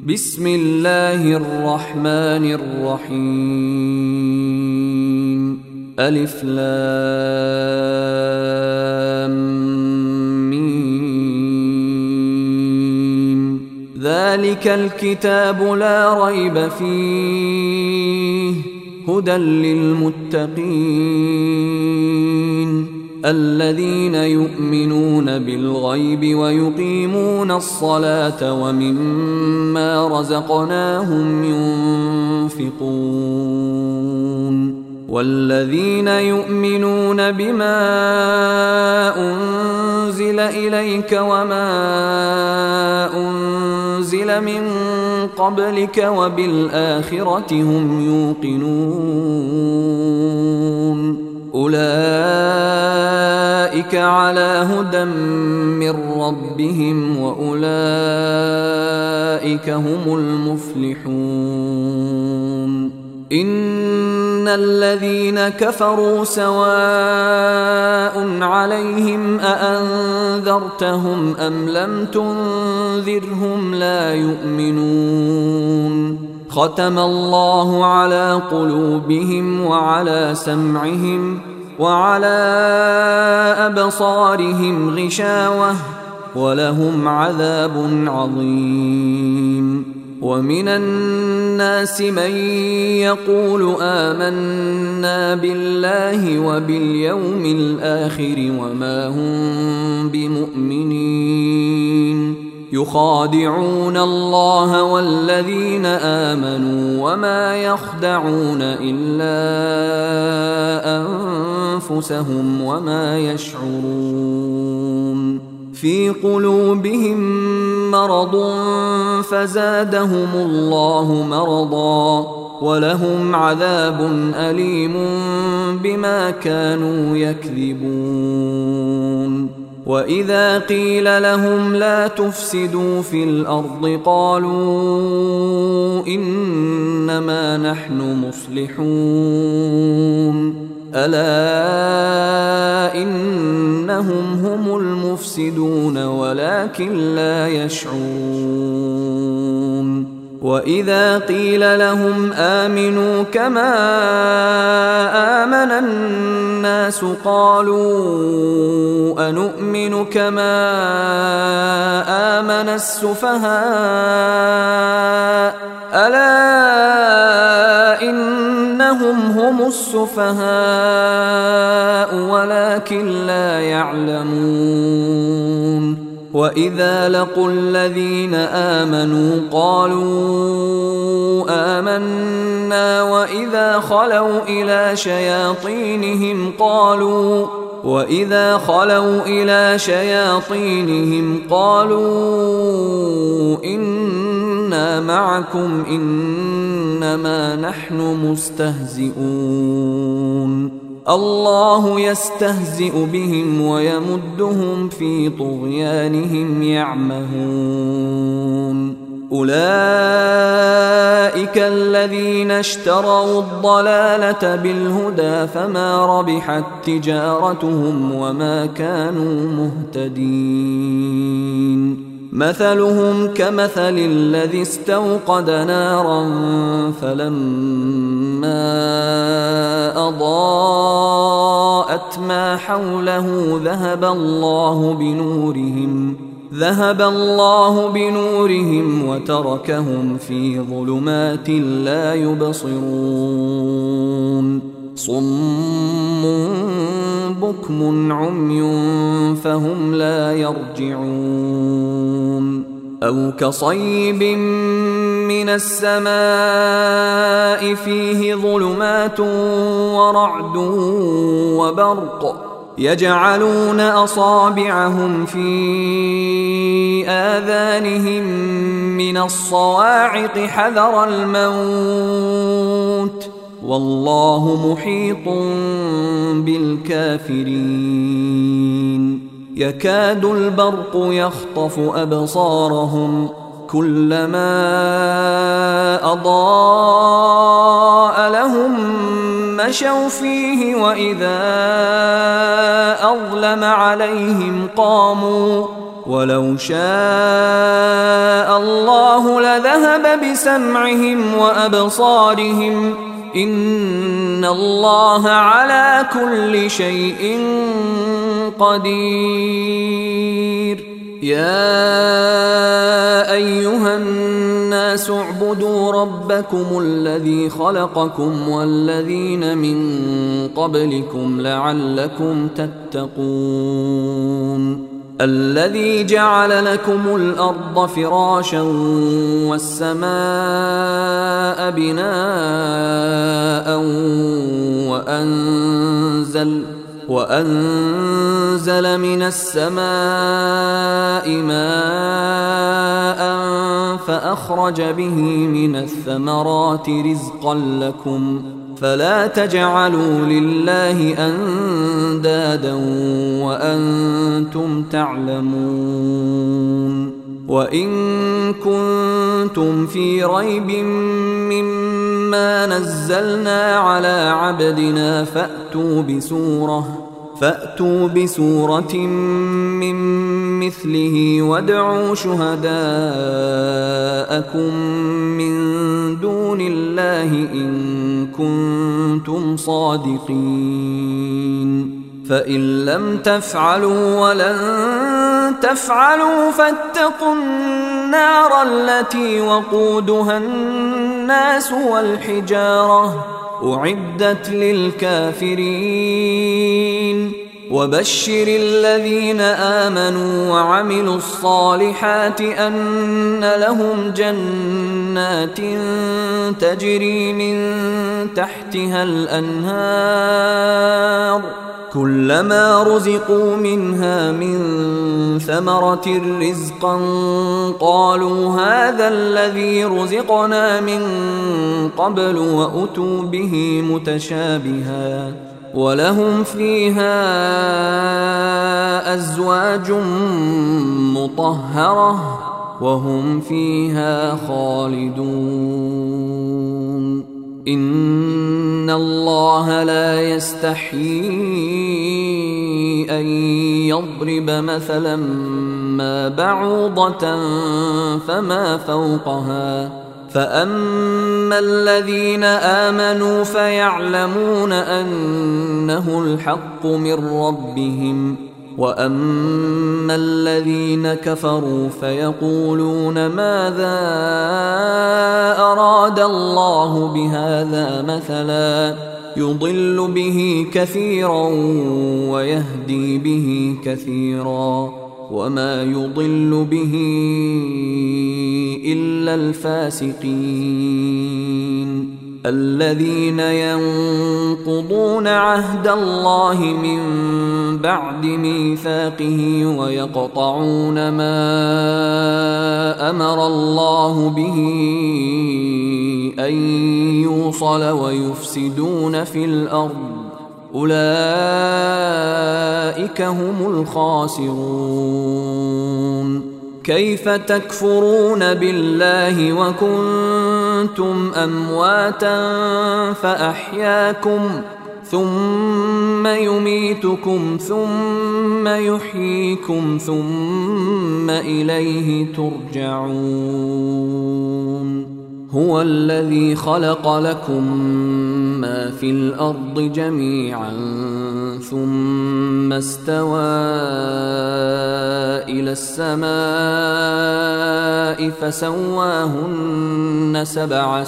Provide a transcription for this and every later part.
بسم الله الرحمن الرحيم ألف لام ميم ذلك الكتاب لا ريب فيه هدى للمتقين الذين يؤمنون بالغيب ويقيمون الصلاة ومما رزقناهم ينفقون والذين يؤمنون بما أنزل إليك وما أنزل من قبلك وبالآخرة هم يوقنون أولئك على هدى من ربهم وأولئك هم المفلحون إن الذين كفروا سواء عليهم أأنذرتهم أم لم تنذرهم لا يؤمنون ختم الله على قلوبهم وعلى سمعهم وعلى أبصارهم غشاوة ولهم عذاب عظيم ومن الناس من يقول آمنا بالله وباليوم الآخر وما هم بمؤمنين يخادعون الله والذين آمنوا وما يخدعون إلا أنفسهم وما يشعرون في قلوبهم مرض فزادهم الله مرضا ولهم عذاب أليم بما كانوا يكذبون وإذا قيل لهم لا تفسدوا في الأرض قالوا إنما نحن مصلحون ألا إنهم هم المفسدون ولكن لا يشعرون وإذا قيل لهم آمنوا كما آمن الناس قالوا أنؤمن كما آمن السفهاء ألا إنهم هم السفهاء ولكن لا يعلمون وإذا لقوا الذين آمنوا قالوا آمنا وإذا خلوا إلى شياطينهم قالوا إنا معكم إنما نحن مستهزئون الله يستهزئ بهم ويمدهم في طغيانهم يعمهون أولئك الذين اشتروا الضلالة بالهدى فما ربحت تجارتهم وما كانوا مهتدين مثلهم كمثل الذي استوقد نارا فلما أضاءت ما حوله ذهب الله بنورهم وتركهم في ظلمات لا يبصرون صم بكم عمي فهم لا يرجعون أو كصيب من السماء فيه ظلمات ورعد وبرق يجعلون أصابعهم في آذانهم من الصواعق حذر الموت والله محيط بالكافرين يكاد البرق يخطف أبصارهم كلما أضاء لهم مشوا فيه وإذا أظلم عليهم قاموا ولو شاء الله ذهب بسمعهم وأبصارهم إن الله على كل شيء قدير. يا أيها الناس اعبدوا ربكم الذي خلقكم والذين من قبلكم لعلكم تتقون. الذي جعل لكم الأرض فراشا والسماء بناء وأنزل من السماء ماء فأخرج به من الثمرات رزقا لكم فلا تجعلوا لله أندادا وأنتم تعلمون. وإن كنتم في ريب مما نزلنا على عبدنا فأتوا بسورة من مثله وادعوا شهداءكم من دون الله إن كنتم صادقين. فإن لم تفعلوا ولن تفعلوا فاتقوا النار التي وقودها الناس والحجارة أعدت للكافرين. وبشر الذين آمنوا وعملوا الصالحات أن لهم جنات تجري من تحتها الأنهار كلما رزقوا منها من ثمرة رزقا قالوا هذا الذي رزقنا من قبل وأتوا به متشابها ولهم فيها أزواج مطهرة وهم فيها خالدون. إن الله لا يستحيي أن يضرب مثلا ما بعوضة فما فوقها فأما الذين آمنوا فيعلمون أنه الحق من ربهم وأما الذين كفروا فيقولون ماذا أراد الله بهذا مثلا يضل به كثيرا ويهدي به كثيرا وما يضل به إلا الفاسقين الذين ينقضون عهد الله من بعد ميثاقه ويقطعون ما أمر الله به أن يوصل ويفسدون في الأرض أولئك هم الخاسرون. كيف تكفرون بالله وكنتم أمواتا فأحياكم ثم يميتكم ثم يحييكم ثم إليه ترجعون. هو الذي خلق لكم ما في الأرض جميعا ثم استوى إلى السماء فسواهن 7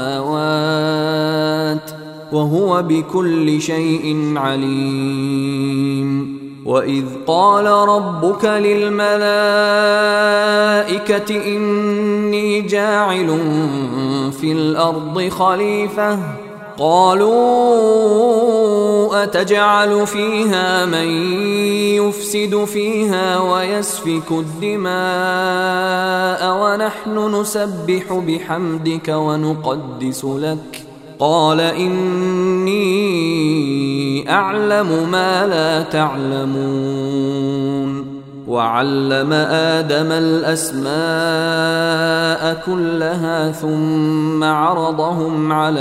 سماوات وهو بكل شيء عليم. وإذ قال ربك للملائكة إني جاعل في الأرض خليفة قالوا أتجعل فيها من يفسد فيها ويسفك الدماء ونحن نسبح بحمدك ونقدس لك قال إني أعلم ما لا تعلمون. وعلم آدم الأسماء كلها ثم عرضهم على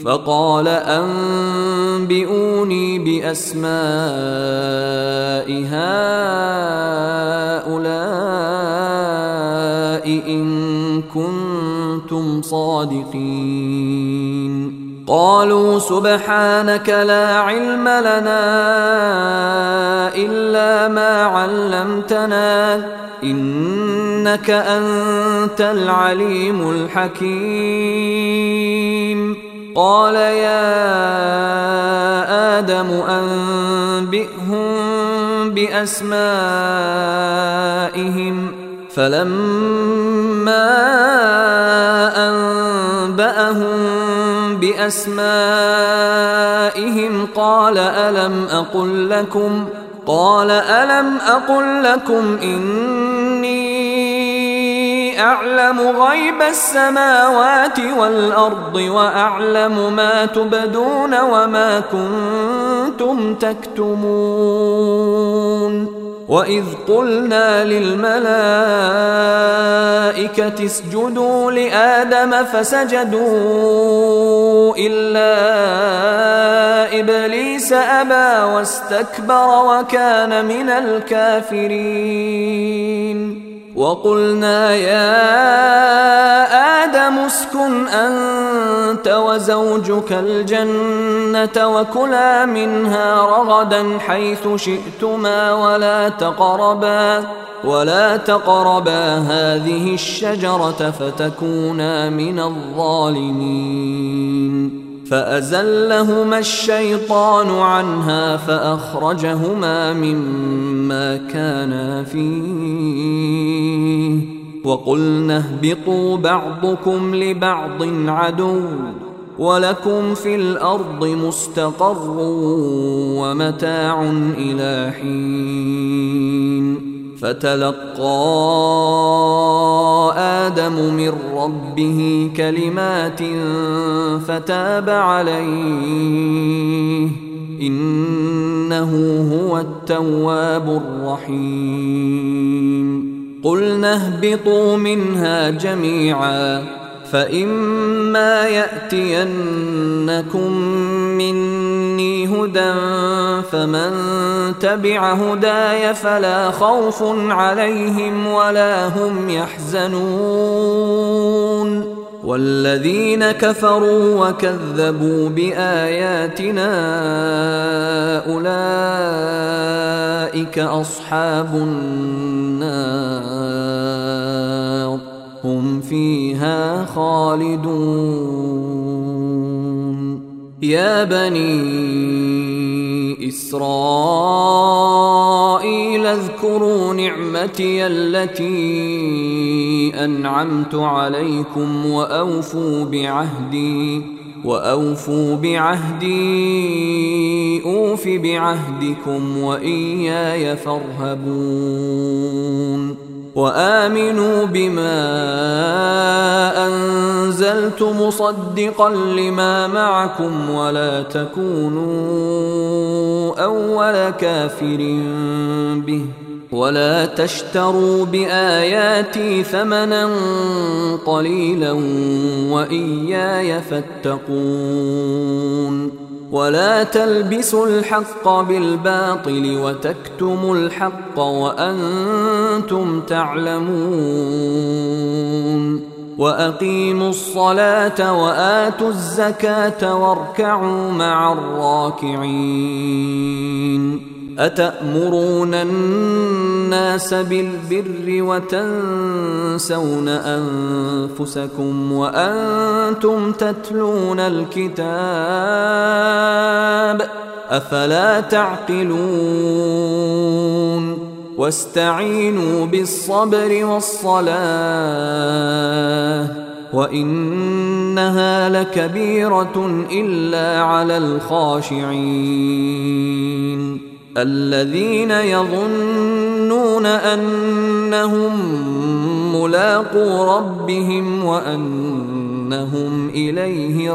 فقال أنبئوني بأسماء هؤلاء إن كنتم صادقين. قالوا سبحانك لا علم لنا إلا ما علمتنا إنك أنت العليم الحكيم. قال يا آدم أنبئهم بأسمائهم. فلما أنبأهم بأسمائهم قال ألم أقل لكم إني أعلم غيب السماوات والأرض وأعلم ما تبدون وما كنتم تكتمون. وإذ قلنا للملائكة اسجدوا لآدم فسجدوا إلا إبليس أبى واستكبر وكان من الكافرين. وقلنا يا آدم اسكن أنت وزوجك الجنة وكلا منها رغدا حيث شئتما ولا تقربا هذه الشجرة فتكونا من الظالمين. فأزلهما الشيطان عنها فأخرجهما مما كانا فيه وقلنا اهبطوا بعضكم لبعض عدو ولكم في الأرض مستقر ومتاع إلى حين. فتلقى آدم من ربه كلمات فتاب عليه إنه هو التواب الرحيم. قلنا اهبطوا منها جميعا فإما يأتينكم مني هدى فمن تبع هداي فلا خوف عليهم ولا هم يحزنون. والذين كفروا وكذبوا بآياتنا أولئك أصحاب النار هم فيها خالدون. يا بني إسرائيل اذكروا نعمتي التي أنعمت عليكم وأوفوا بعهدي أوف بعهدكم وإياي فارهبون. وآمنوا بما أنزلت مصدقا لما معكم ولا تكونوا أول كافر به ولا تشتروا بآياتي ثمنا قليلا وإياي فاتقون. ولا تلبسوا الحق بالباطل وتكتموا الحق وأنتم تعلمون. وأقيموا الصلاة وآتوا الزكاة واركعوا مع الراكعين. أتأمرون الناس بالبر وتنسون أنفسكم وأنتم تتلون الكتاب أفلا تعقلون. واستعينوا بالصبر والصلاة وإنها لكبيرة إلا على الخاشعين الذين يظنون أنهم ملاقو ربهم وأنهم إليه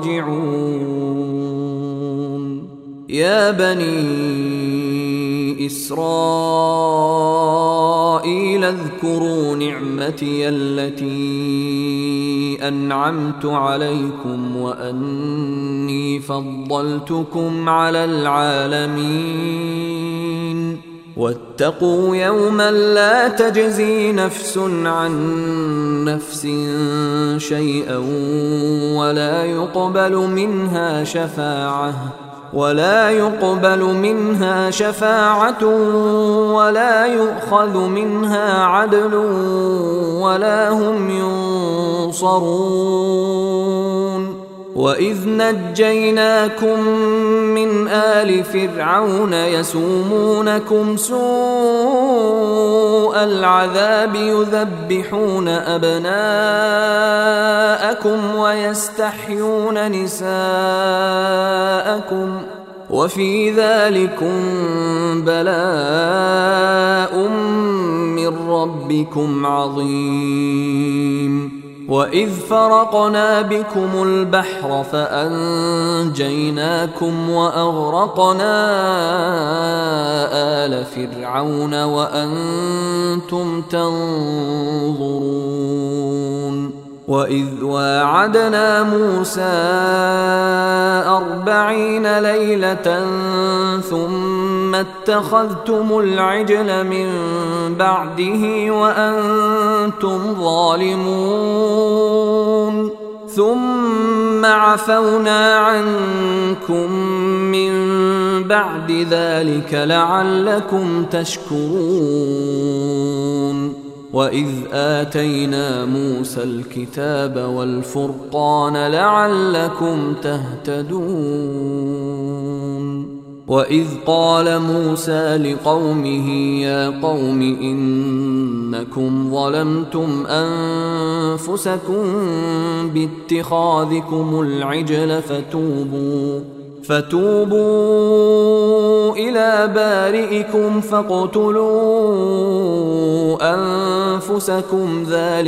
راجعون. يا بني إسرائيل اذكروا نعمتي التي أنعمت عليكم وأني فضلتكم على العالمين واتقوا يوما لا تجزي نفس عن نفس شيئا ولا يقبل منها شفاعة ولا يؤخذ منها عدل ولا هم ينصرون. وإذ نجيناكم من آل فرعون يسومونكم سوء العذاب يذبحون أبناءكم ويستحيون نساءكم وفي ذلكم بلاء من ربكم عظيم. وإذ فرقنا بكم البحر فأنجيناكم وأغرقنا آل فرعون وأنتم تنظرون. وإذ واعدنا موسى 40 ليلة ثم اتخذتم العجل من بعده وأنتم ظالمون ثم عفونا عنكم من بعد ذلك لعلكم تشكرون. وإذ آتينا موسى الكتاب والفرقان لعلكم تهتدون. وإذ قال موسى لقومه يا قوم إنكم ظلمتم أنفسكم باتخاذكم العجل فتوبوا إلى بارئكم فاقتلوا أنفسكم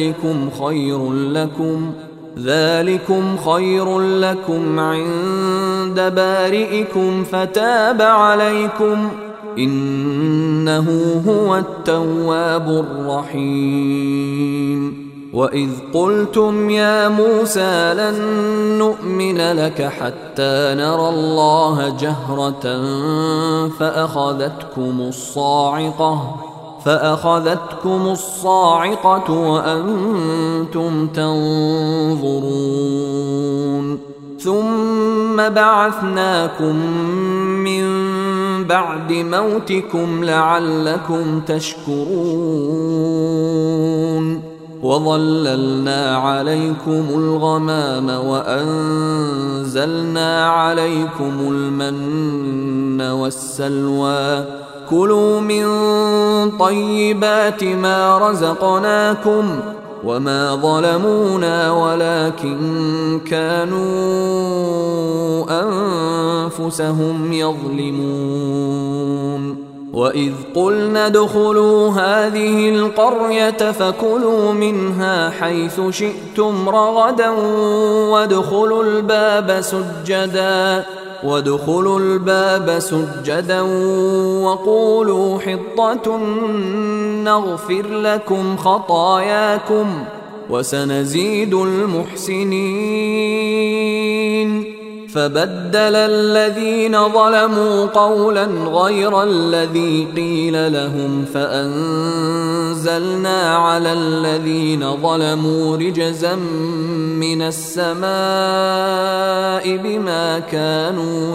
ذلكم خير لكم عند بارئكم فتاب عليكم إنه هو التواب الرحيم. وإذ قلتم يا موسى لن نؤمن لك حتى نرى الله جهرة فأخذتكم الصاعقة وأنتم تنظرون. ثم بعثناكم من بعد موتكم لعلكم تشكرون. وظللنا عليكم الغمام وأنزلنا عليكم المن والسلوى كلوا من طيبات ما رزقناكم وما ظلمونا ولكن كانوا أنفسهم يظلمون. وإذ قلنا ادخلوا هذه القرية فكلوا منها حيث شئتم رغدا وادخلوا الباب سجدا وقولوا حطة نغفر لكم خطاياكم وسنزيد المحسنين. فبدل الذين ظلموا قولا غير الذي قيل لهم فأنزلنا على الذين ظلموا رجزا من السماء بما كانوا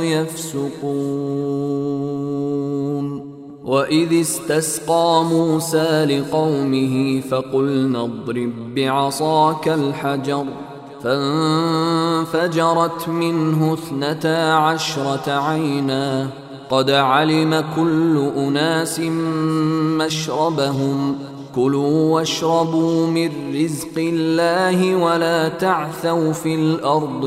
يفسقون. وإذ استسقى موسى لقومه فقلنا اضرب بعصاك الحجر فانفجرت منه 12 عينا قد علم كل أناس مشربهم كلوا واشربوا من رزق الله ولا تعثوا في الأرض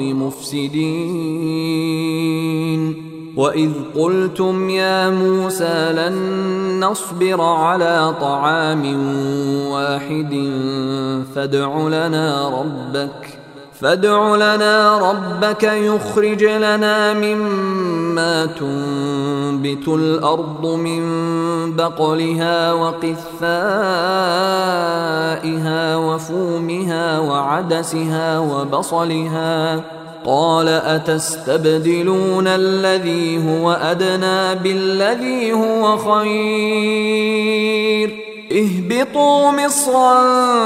مفسدين. وإذ قلتم يا موسى لن نصبر على طعام واحد فادع فادع لنا ربك يخرج لنا مما تنبت الأرض من بقلها وقثائها وفومها وعدسها وبصلها. قال أتستبدلون الذي هو أدنى بالذي هو خير اهبطوا مصرا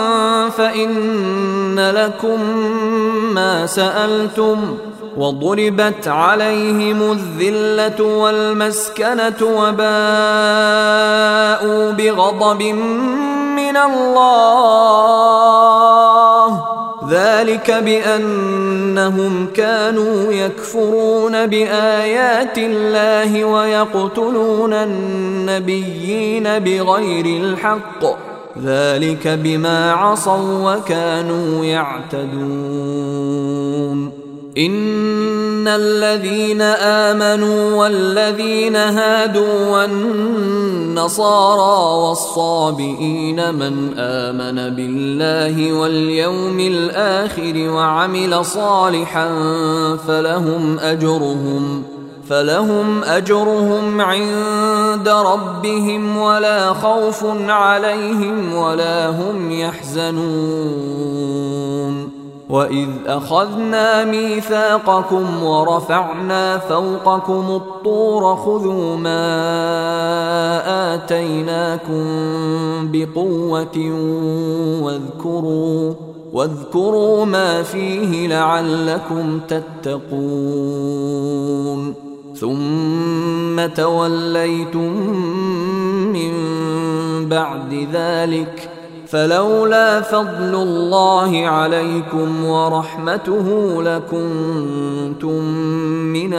فإن لكم ما سألتم وضربت عليهم الذلة والمسكنة وباءوا بغضب من الله ذلك بأنهم كانوا يكفرون بآيات الله ويقتلون النبيين بغير الحق ذلك بما عصوا وكانوا يعتدون. إن الذين آمنوا والذين هادوا والنصارى والصابئين من آمن بالله واليوم الآخر وعمل صالحا فلهم أجرهم عند ربهم ولا خوف عليهم ولا هم يحزنون. وإذ أخذنا ميثاقكم ورفعنا فوقكم الطور خذوا ما آتيناكم بقوة واذكروا ما فيه لعلكم تتقون. ثم توليتم من بعد ذلك فلولا فضل الله عليكم ورحمته لكنتم من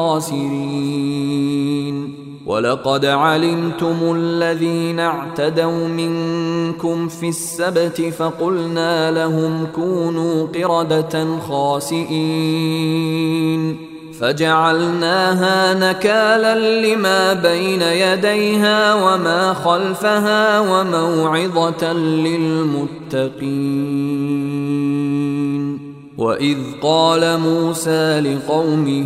الخاسرين. ولقد علمتم الذين اعتدوا منكم في السبت فقلنا لهم كونوا قردة خاسئين فجعلناها نكالا لما بين يديها وما خلفها وموعظة للمتقين. وإذ قال موسى لقومه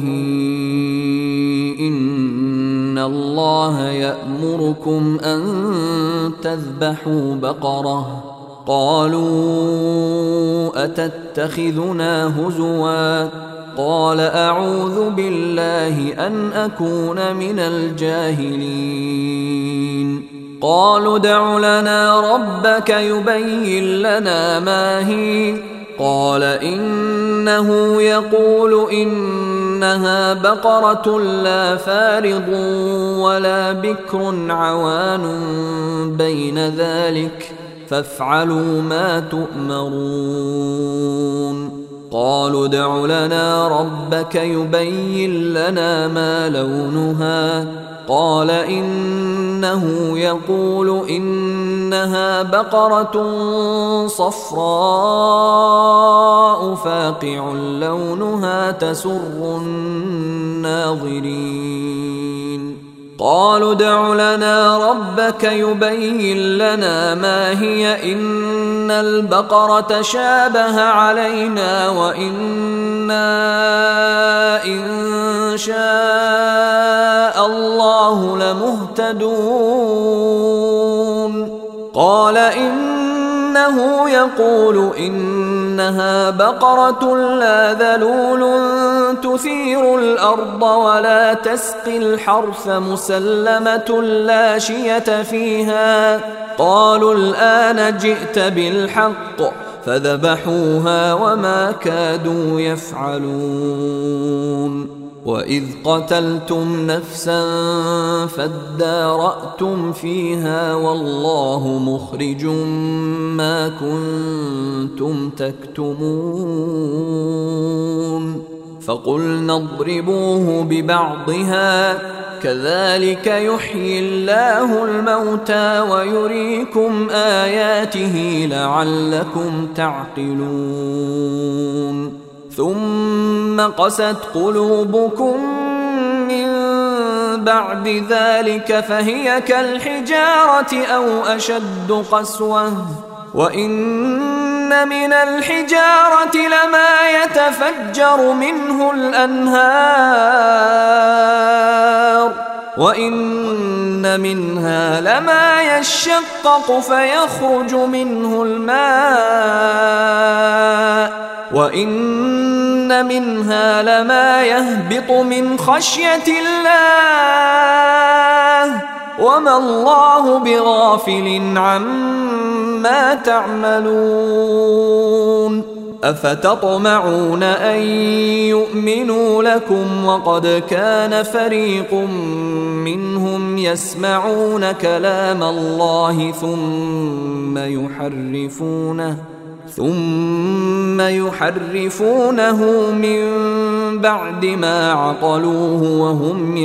إن الله يأمركم أن تذبحوا بقرة قالوا أتتخذنا هزوا قال أعوذ بالله أن أكون من الجاهلين. قالوا ادع لنا ربك يبين لنا ما هي قال إنه يقول إنها بقرة لا فارض ولا بكر عوان بين ذلك فافعلوا ما تؤمرون. قالوا ادع لنا ربك يبين لنا ما لونها قال إنه يقول إنها بقرة صفراء فاقع لونها تسر الناظرين. قالوا ادع لنا ربك يبين لنا ما هي إن البقرة شابه علينا وإنا إن شاء الله لمهتدون. قال إنه يقول إنها بقرة لا ذلول تثير الأرض ولا تسقي الحرث مسلمة لا شية فيها. قالوا الآن جئت بالحق فذبحوها وما كادوا يفعلون. وإذ قتلتم نفسا فادارأتم فيها والله مخرج ما كنتم تكتمون. فقلنا اضربوه ببعضها كذلك يحيي الله الموتى ويريكم آياته لعلكم تعقلون. ثم قست قلوبكم من بعد ذلك فهي كالحجارة أو أشد قسوة وإن من الحجارة لما يتفجر منه الأنهار وإن منها لما يشقق فيخرج منه الماء وإن منها لما يهبط من خشية الله وما الله بغافل عما تعملون أفتطمعون أن يؤمنوا لكم وقد كان فريق منهم يسمعون كلام الله ثم يحرفونه من بعد ما عقلوه وهم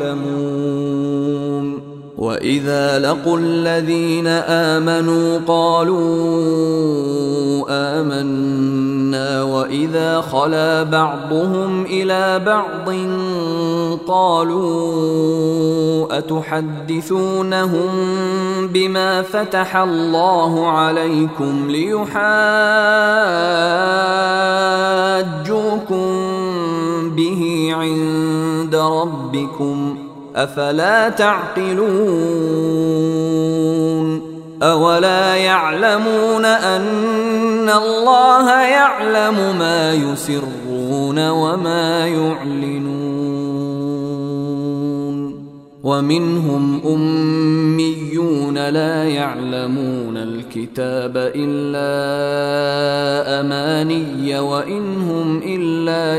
يعلمون وإذا لقوا الذين آمنوا قالوا آمنا وإذا خلا بعضهم إلى بعض قالوا أتحدثونهم بما فتح الله عليكم ليحاجوكم به عند ربكم أفلا تعقلون أولا يعلمون أن الله يعلم ما يسرون وما يعلنون ومنهم أميون لا يعلمون الكتاب إلا أماني وإن هم إلا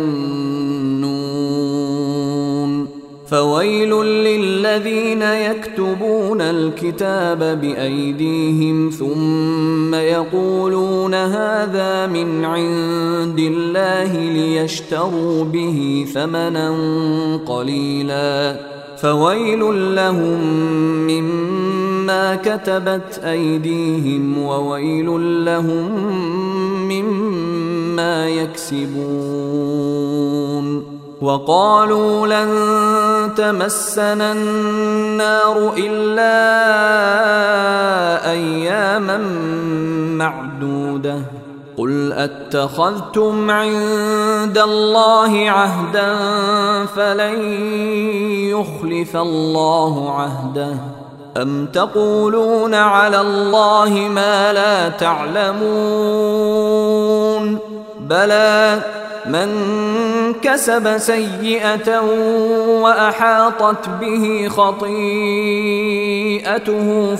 يظنون فويل للذين يكتبون الكتاب بأيديهم ثم يقولون هذا من عند الله ليشتروا به ثمنا قليلا فويل لهم مما كتبت أيديهم وويل لهم مما يكسبون وقالوا لن تمسنا النار إلا أياما معدودة قل أتخذتم عند الله عهدا فلن يخلف الله عهده أم تقولون على الله ما لا تعلمون بلى من كسب سيئة وأحاطت به خطيئته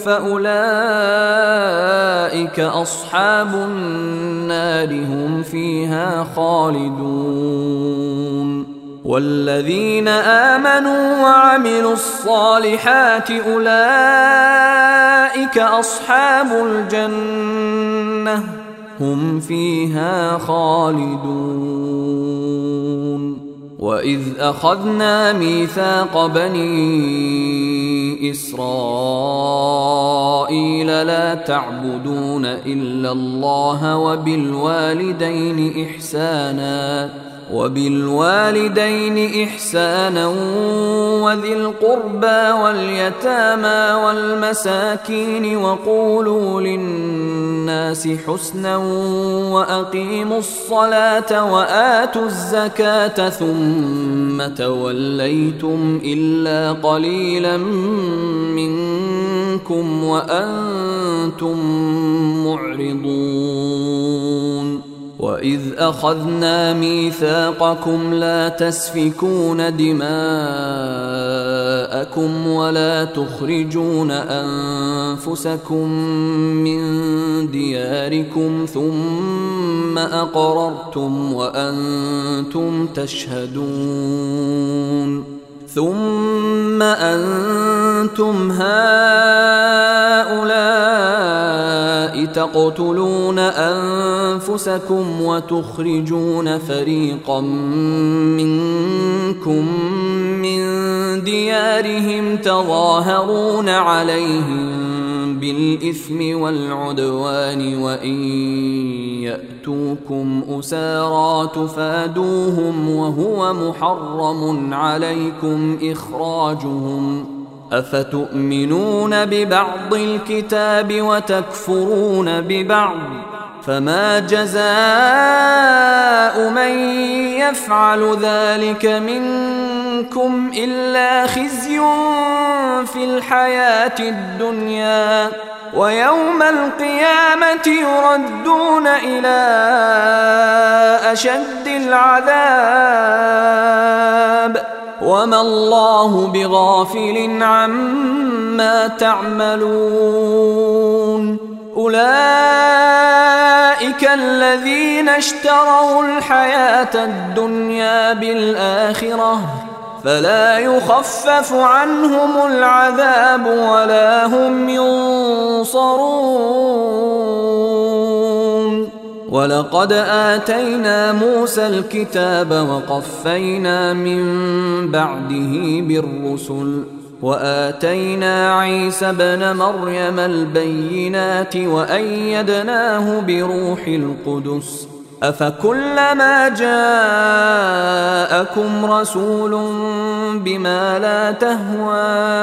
فأولئك أصحاب النار هم فيها خالدون والذين آمنوا وعملوا الصالحات أولئك أصحاب الجنة هم فيها خالدون وإذ أخذنا ميثاق بني إسرائيل لا تعبدون إلا الله وبالوالدين إحسانا وذي القربى واليتامى والمساكين وقولوا للناس حسنا وأقيموا الصلاة وآتوا الزكاة ثم توليتم إلا قليلا منكم وأنتم معرضون وإذ أخذنا ميثاقكم لا تسفكون دماءكم ولا تخرجون أنفسكم من دياركم ثم أقررتم وأنتم تشهدون ثم أنتم هؤلاء تقتلون أنفسكم وتخرجون فريقا منكم من ديارهم تظاهرون عليهم بالإثم والعدوان وإن يأتوكم أسارى تفادوهم وهو محرم عليكم إخراجهم أفتؤمنون ببعض الكتاب وتكفرون ببعض فما جزاء من يفعل ذلك منكم إلا خزي في الحياة الدنيا ويوم القيامة يردون إلى أشد العذاب وما الله بغافل عما تعملون أولئك الذين اشتروا الحياة الدنيا بالآخرة فلا يخفف عنهم العذاب ولا هم ينصرون ولقد آتينا موسى الكتاب وقفينا من بعده بالرسل وآتينا عيسى ابن مريم البينات وأيدناه بروح القدس أفكلما جاءكم رسول بما لا تهوى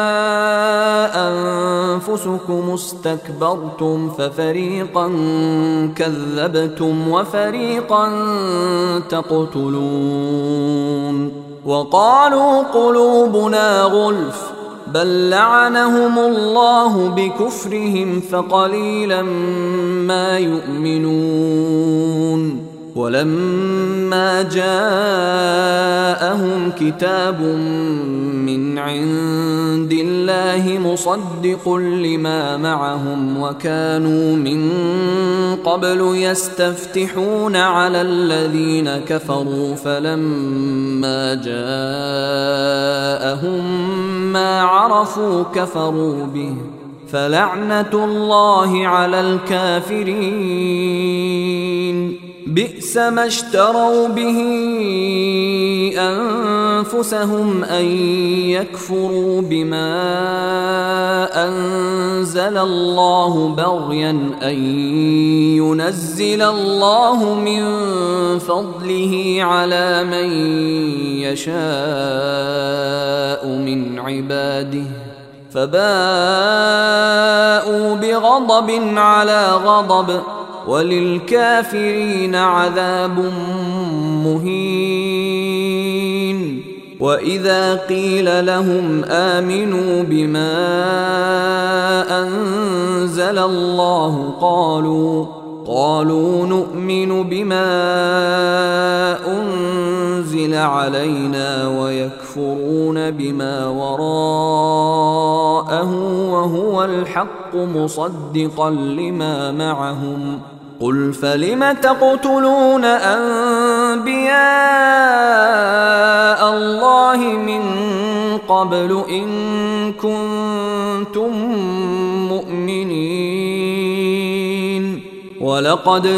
أنفسكم استكبرتم ففريقا كذبتم وفريقا تقتلون وقالوا قلوبنا غلف بل لعنهم الله بكفرهم فقليلا ما يؤمنون ولما جاءهم كتاب من عند الله مصدق لما معهم وكانوا من قبل يستفتحون على الذين كفروا فلما جاءهم ما عرفوا كفروا به فلعنة الله على الكافرين بئس ما اشتروا به أنفسهم أن يكفروا بما أنزل الله بغيا أن ينزل الله من فضله على من يشاء من عباده فباءوا بغضب على غضب وللكافرين عذاب مهين وإذا قيل لهم آمنوا بما أنزل الله قالوا نؤمن بما أنزل علينا ويكفرون بما وراءه وهو الحق مصدقا لما معهم قل فلم تقتلون أنبياء الله من قبل إن كنتم مؤمنين ولقد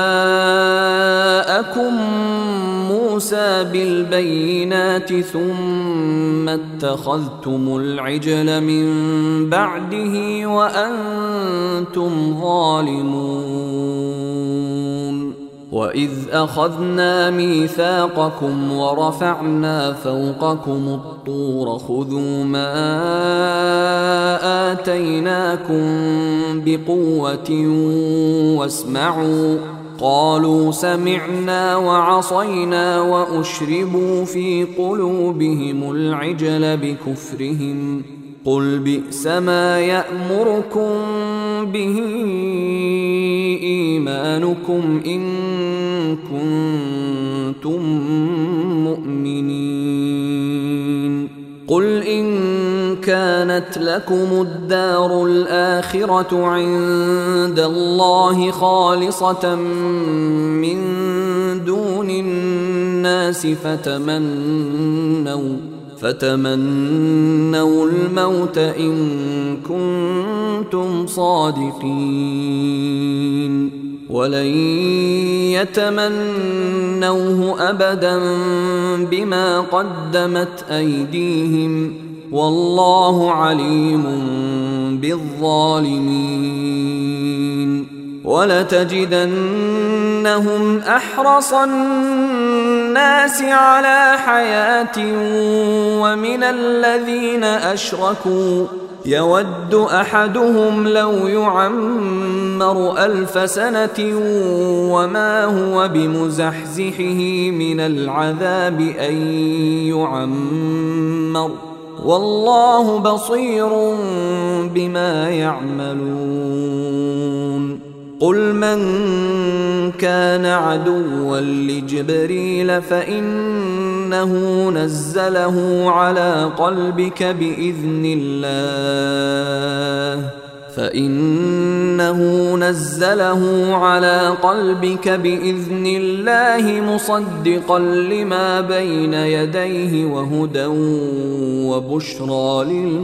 جاءكم موسى بالبينات ثم اتخذتم العجل من بعده وأنتم ظالمون وإذ أخذنا ميثاقكم ورفعنا فوقكم الطور خذوا ما آتيناكم بقوة واسمعوا قالوا سمعنا وعصينا وأشربوا في قلوبهم العجل بكفرهم قل بئس ما يأمركم به إيمانكم إن كنتم مؤمنين قل إن كانت لكم الدار الآخرة عند الله خالصة من دون الناس فتمنوا الموت إن كنتم صادقين ولن يتمنوه أبدا بما قدمت أيديهم والله عليم بالظالمين ولتجدنهم أحرص الناس على حياة ومن الذين أشركوا يود أحدهم لو يعمر 1000 سنة وما هو بمزحزحه من العذاب أن يعمر والله بصير بما يعملون قل من كان عدوا لجبريل فإنه نزله على قلبك بإذن الله مصدقا لما بين يديه وهدى وبشرى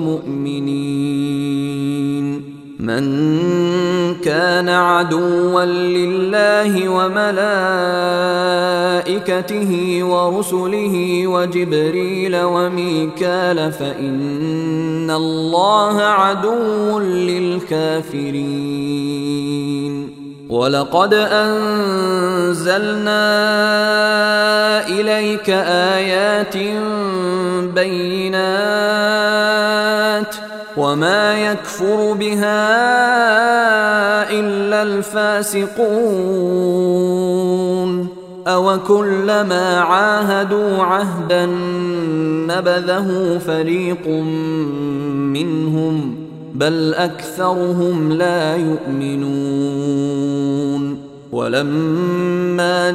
للمؤمنين من كان عدوا لله وملائكته ورسله وجبريل وميكال فإن الله عدو للكافرين ولقد أنزلنا إليك آيات بينات وما يكفر بها إلا الفاسقون أوكلما عاهدوا عهدا نبذه فريق منهم بل أكثرهم لا يؤمنون ولما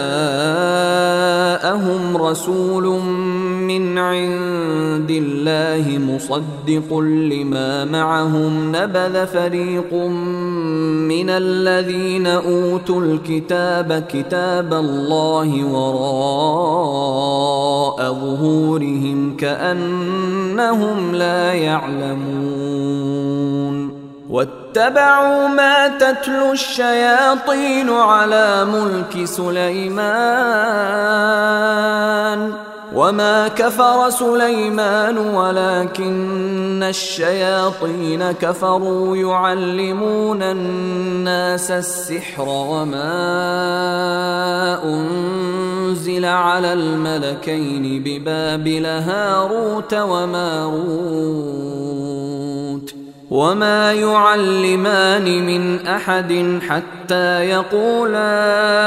جاءهم رسول من عند الله مصدق لما معهم نبذ فريق من الذين أوتوا الكتاب كتاب الله وراء ظهورهم كأنهم لا يعلمون واتبعوا ما تتلو الشياطين على ملك سليمان وما كفر سليمان ولكن الشياطين كفروا يعلمون الناس السحر وما أنزل على الملكين ببابل هاروت وماروت وما يعلمان من أحد حتى يقولا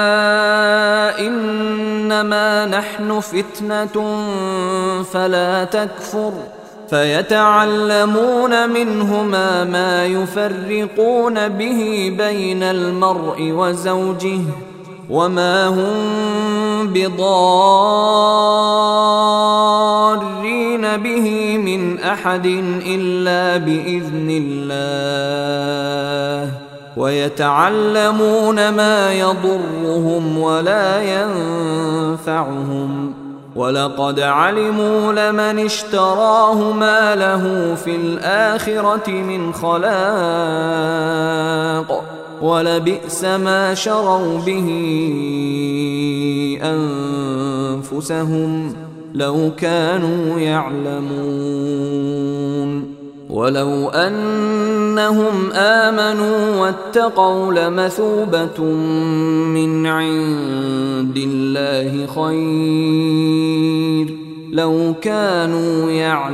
إنما نحن فتنة فلا تكفر فيتعلمون منهما ما يفرقون به بين المرء وزوجه وما هم بضارين به من أحد إلا بإذن الله ويتعلمون ما يضرهم ولا ينفعهم ولقد علموا لمن اشتراه ما له في الآخرة من خلاق ولبئس ما شروا به أنفسهم لو كانوا يعلمون ولو أنهم آمنوا واتقوا لمثوبة من عند الله خير لو كانوا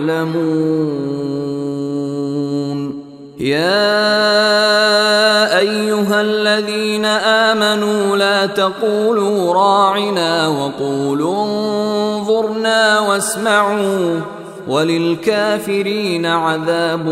يعلمون يا أيها الذين آمنوا لا تقولوا راعنا وقولوا انظرنا واسمعوا وللكافرين عذاب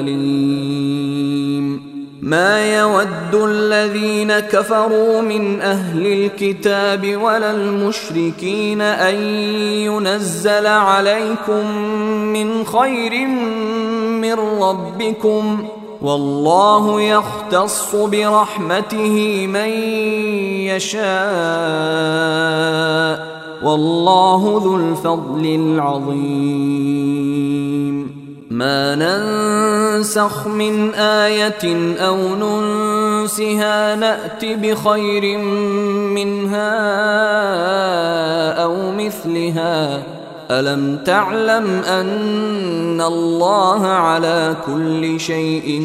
أليم ما يود الذين كفروا من أهل الكتاب ولا المشركين أن ينزل عليكم من خير من ربكم والله يختص برحمته من يشاء والله ذو الفضل العظيم ما ننسخ من آية أو ننسها نأت بخير منها أو مثلها ألم تعلم أن الله على كل شيء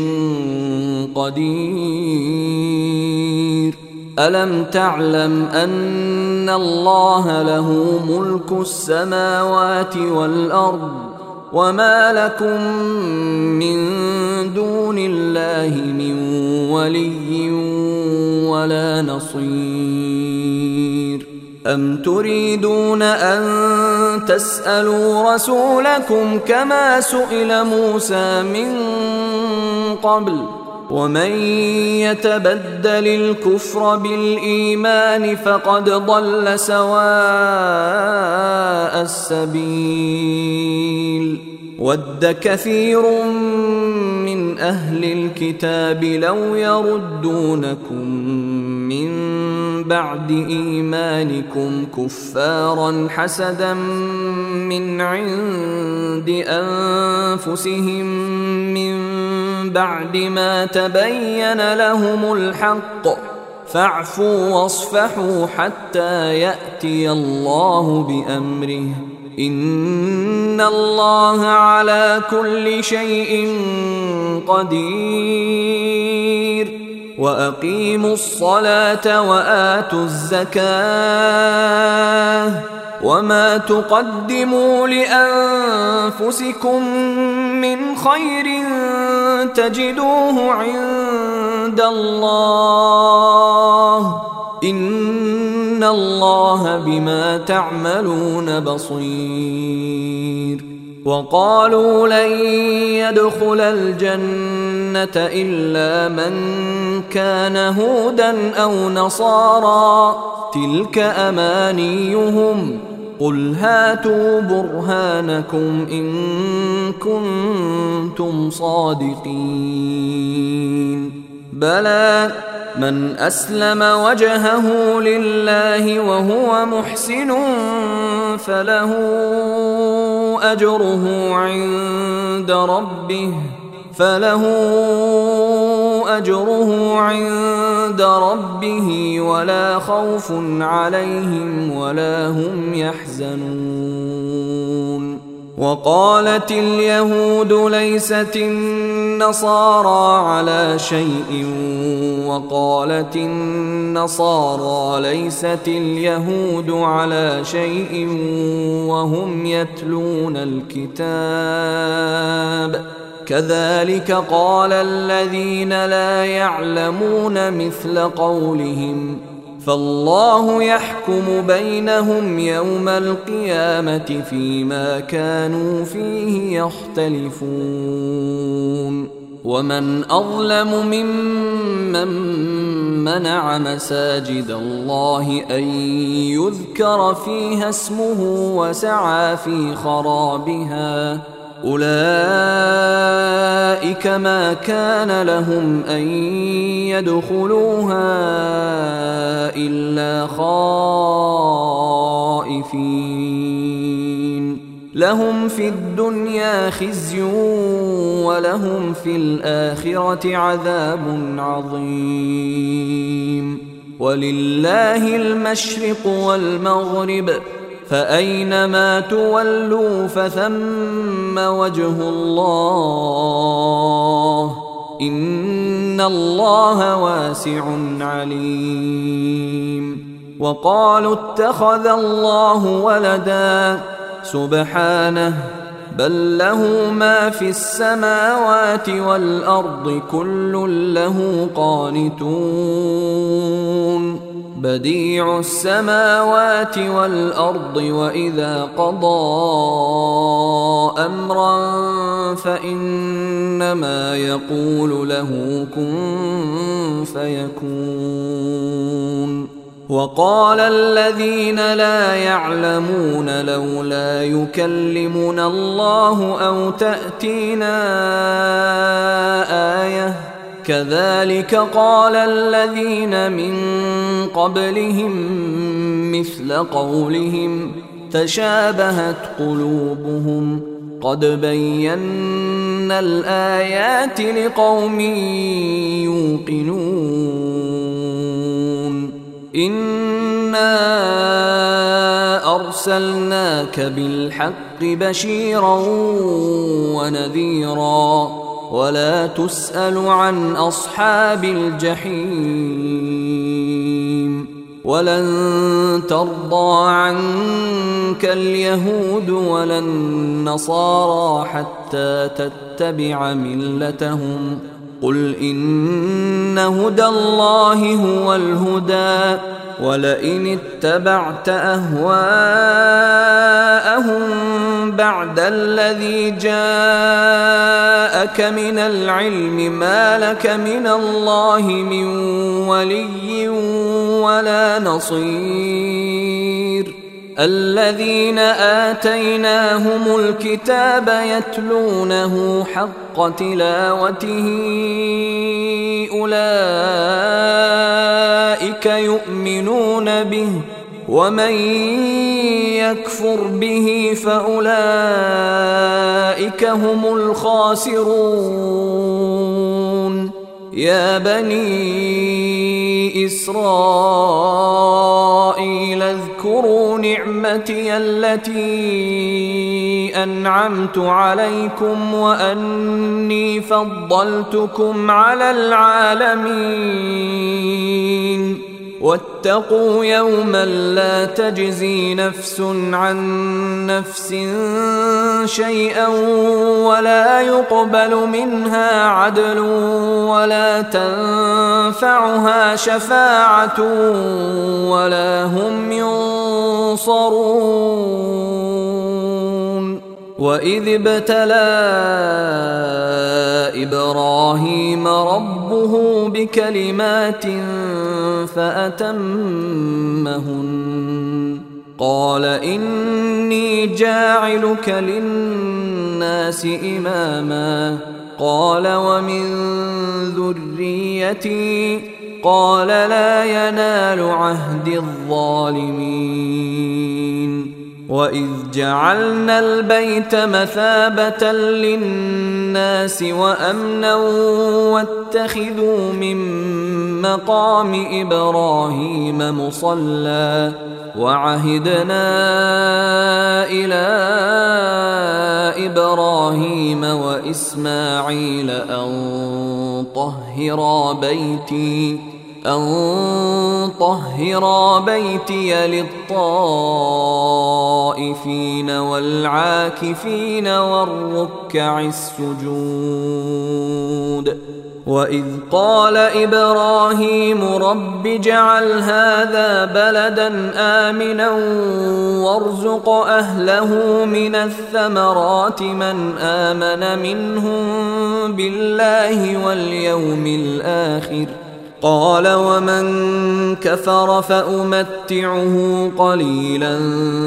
قدير ألم تعلم أن الله له ملك السماوات والأرض وما لكم من دون الله من ولي ولا نصير أم تريدون أن تسألوا رسولكم كما سئل موسى من قبل ومن يتبدل الكفر بالإيمان فقد ضل سواء السبيل ود كثير من أهل الكتاب لو يردونكم من بعد إيمانكم كفارا حسدا من عند أنفسهم من بعد ما تبين لهم الحق فاعفوا واصفحوا حتى يأتي الله بأمره إن الله على كل شيء قدير وأقيموا الصلاة وآتوا الزكاة وما تقدموا لأنفسكم من خير تجدوه عند الله إن الله بما تعملون بصير وقالوا لن يدخل الجنة إلا من كان هودا أو نصارى تلك أمانيهم قل هاتوا برهانكم إن كنتم صادقين بلى من أسلم وجهه لله وهو محسن فله أجره عند ربه ولا خوف عليهم ولا هم يحزنون وقالت اليهود ليست النصارى على شيء وقالت النصارى ليست اليهود على شيء وهم يتلون الكتاب كذلك قال الذين لا يعلمون مثل قولهم فالله يحكم بينهم يوم القيامة فيما كانوا فيه يختلفون ومن أظلم ممن منع مساجد الله أن يذكر فيها اسمه وسعى في خرابها أولئك ما كان لهم أن يدخلوها إلا خائفين لهم في الدنيا خزي ولهم في الآخرة عذاب عظيم ولله المشرق والمغرب فأينما تولوا فثم وجه الله إن الله واسع عليم وقالوا اتخذ الله ولدا سبحانه بل له ما في السماوات والأرض كل له قانتون بديع السماوات والأرض وإذا قضى أمرا فإنما يقول له كن فيكون وقال الذين لا يعلمون لولا يكلمنا الله أو تأتينا آية كذلك قال الذين من قبلهم مثل قولهم تشابهت قلوبهم قد بينا الآيات لقوم يوقنون إنا أرسلناك بالحق بشيرا ونذيرا ولا تسأل عن أصحاب الجحيم ولن ترضى عنك اليهود ولا النصارى حتى تتبع ملتهم قل إن هدى الله هو الهدى ولئن اتبعت أهواءهم بعد الذي جاءك من العلم ما لك من الله من ولي ولا نصير الذين آتيناهم الكتاب يتلونه حق تلاوته أولئك يؤمنون به ومن يكفر به فأولئك هم الخاسرون يا بني إسرائيل اذكروا نعمتي التي أنعمت عليكم وأني فضلتكم على العالمين واتقوا يوما لا تجزي نفس عن نفس شيئا ولا يقبل منها عدل ولا تنفعها شفاعة ولا هم ينصرون وإذ ابتلى إبراهيم ربه بكلمات فأتمهن قال إني جاعلك للناس إماما قال ومن ذريتي قال لا ينال عهد الظالمين وإذ جعلنا البيت مثابة للناس وأمنا واتخذوا من مقام إبراهيم مصلى وعهدنا إلى إبراهيم وإسماعيل أن طهرا بيتي للطائفين والعاكفين والركع السجود وإذ قال إبراهيم رب اجعل هذا بلدا آمنا وارزق أهله من الثمرات من آمن منهم بالله واليوم الآخر قال ومن كفر فأمتعه قليلا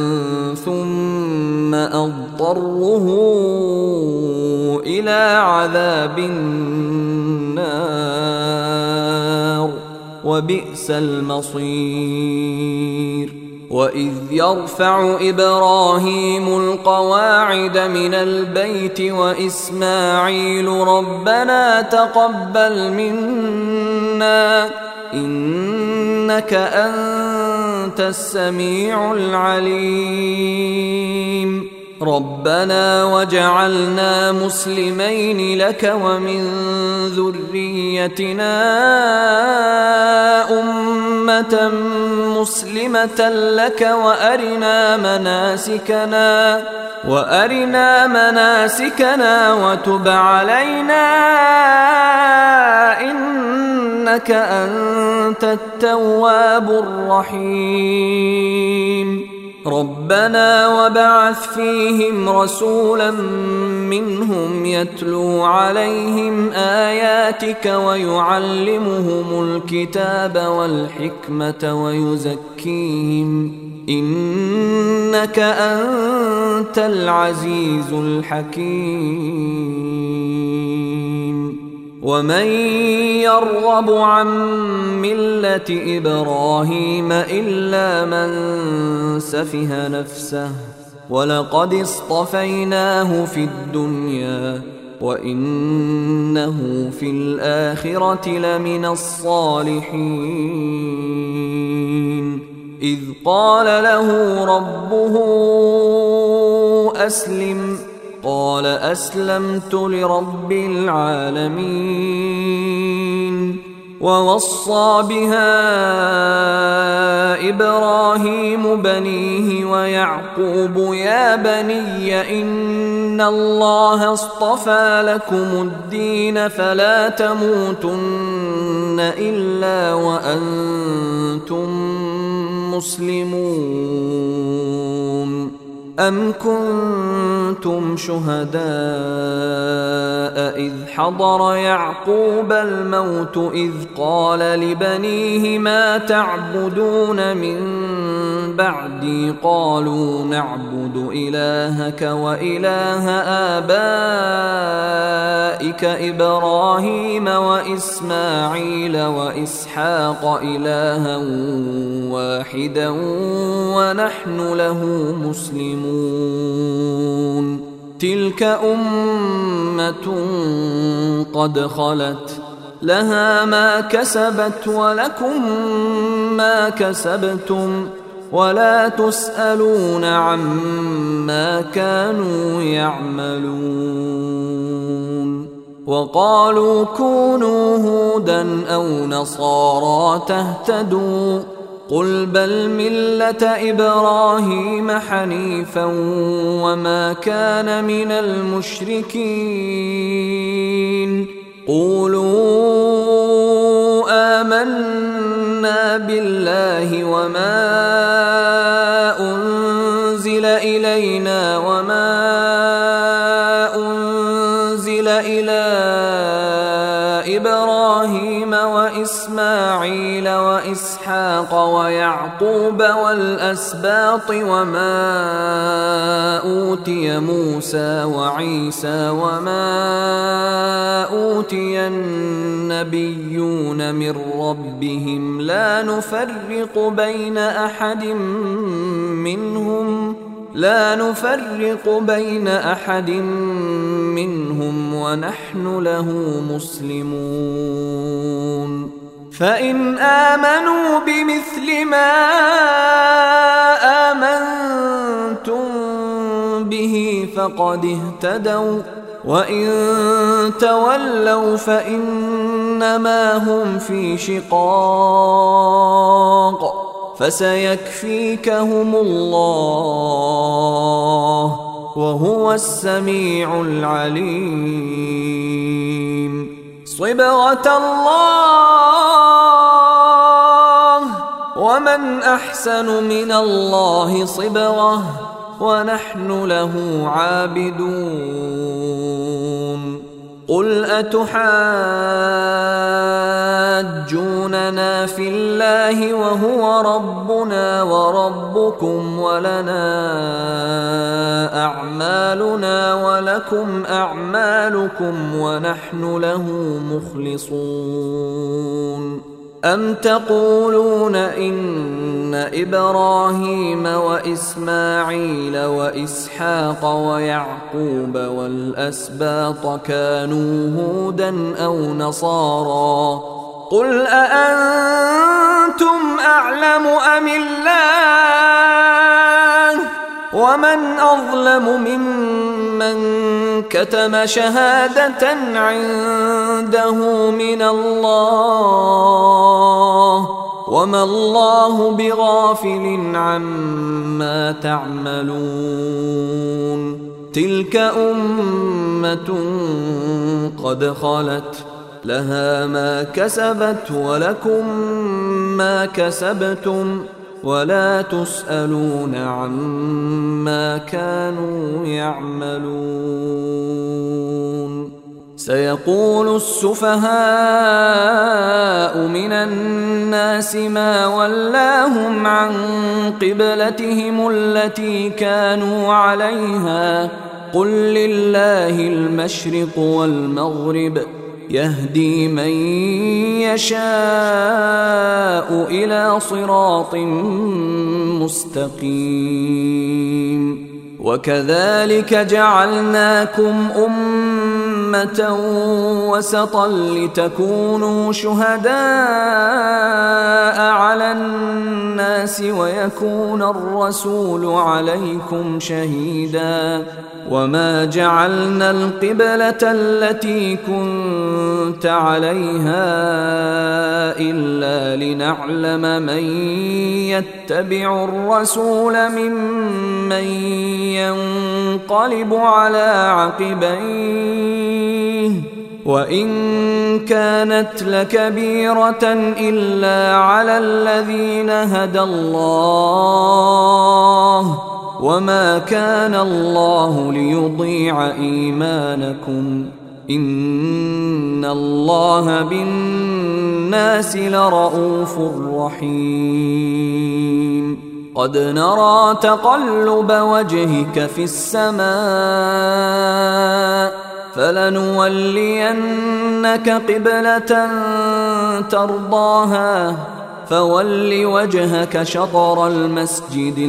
ثم أضطره إلى عذاب النار وبئس المصير وإذ يرفع إبراهيم القواعد من البيت وإسماعيل ربنا تقبل منا إنك أنت السميع العليم ربنا وجعلنا مسلمين لك ومن ذريتنا أمة مسلمة لك وأرنا مناسكنا وتب علينا إنك أنت التواب الرحيم ربنا وبعث فيهم رسولا منهم يتلو عليهم آياتك ويعلمهم الكتاب والحكمة ويزكيهم إنك أنت العزيز الحكيم ومن يرغب عن ملة إبراهيم إلا من سفه نفسه ولقد اصطفيناه في الدنيا وإنه في الآخرة لمن الصالحين إذ قال له ربه أسلم قال أسلمت لرب العالمين ووصى بها إبراهيم بنيه ويعقوب يا بني إن الله اصطفى لكم الدين فلا تموتن إلا وأنتم مسلمون أم كنتم شهداء إذ حضر يعقوب الموت إذ قال لبنيه ما تعبدون من بعدي قالوا نعبد إلهك وإله آبائك إبراهيم وإسماعيل وإسحاق إلها واحدا ونحن له مسلمون تلك أمة قد خلت لها ما كسبت ولكم ما كسبتم ولا تسألون عما كانوا يعملون وقالوا كونوا هودا أو نصارى تهتدوا قل بل ملة إبراهيم حنيفا وما كان من المشركين قولوا آمنا بالله وما أنزل إلينا وما أنزل إلى إبراهيم وإسماعيل وإسحاق ويعقوب والأسباط وما أوتي موسى وعيسى وما أوتي النبيون من ربهم لا نفرق بين أحد منهم ونحن له مسلمون فإن آمنوا بمثل ما آمنتم به فقد اهتدوا وإن تولوا فإنما هم في شقاق فسيكفيكهم الله وهو السميع العليم صبغة الله ومن أحسن من الله صبغة ونحن له عابدون قل أتحاجوننا في الله وهو ربنا وربكم ولنا أعمالنا ولكم أعمالكم ونحن له مخلصون أم تقولون إن إبراهيم وإسماعيل وإسحاق ويعقوب والأسباط كانوا هودا أو نصارى قل أأنتم أعلم أم الله ومن أظلم ممن كتم شهادة عنده من الله وما الله بغافل عما تعملون تلك أمة قد خلت لها ما كسبت ولكم ما كسبتم ولا تسألون عما كانوا يعملون سيقول السفهاء من الناس ما ولاهم عن قبلتهم التي كانوا عليها قل لله المشرق والمغرب يهدي من يشاء إلى صراط مستقيم وكذلك جعلناكم أمة وسطا لتكونوا شهداء على الناس ويكون الرسول عليكم شهيدا وما جعلنا القبلة التي كنت عليها إلا لنعلم من يتبع الرسول ممن ينقلب على عقبيه وإن كانت لكبيرة إلا على الذين هدى الله وما كان الله ليضيع إيمانكم إن الله بالناس لرءوف رحيم قد نرى تقلب وجهك في السماء فلنولينك قبلة ترضاها فول وجهك شطر المسجد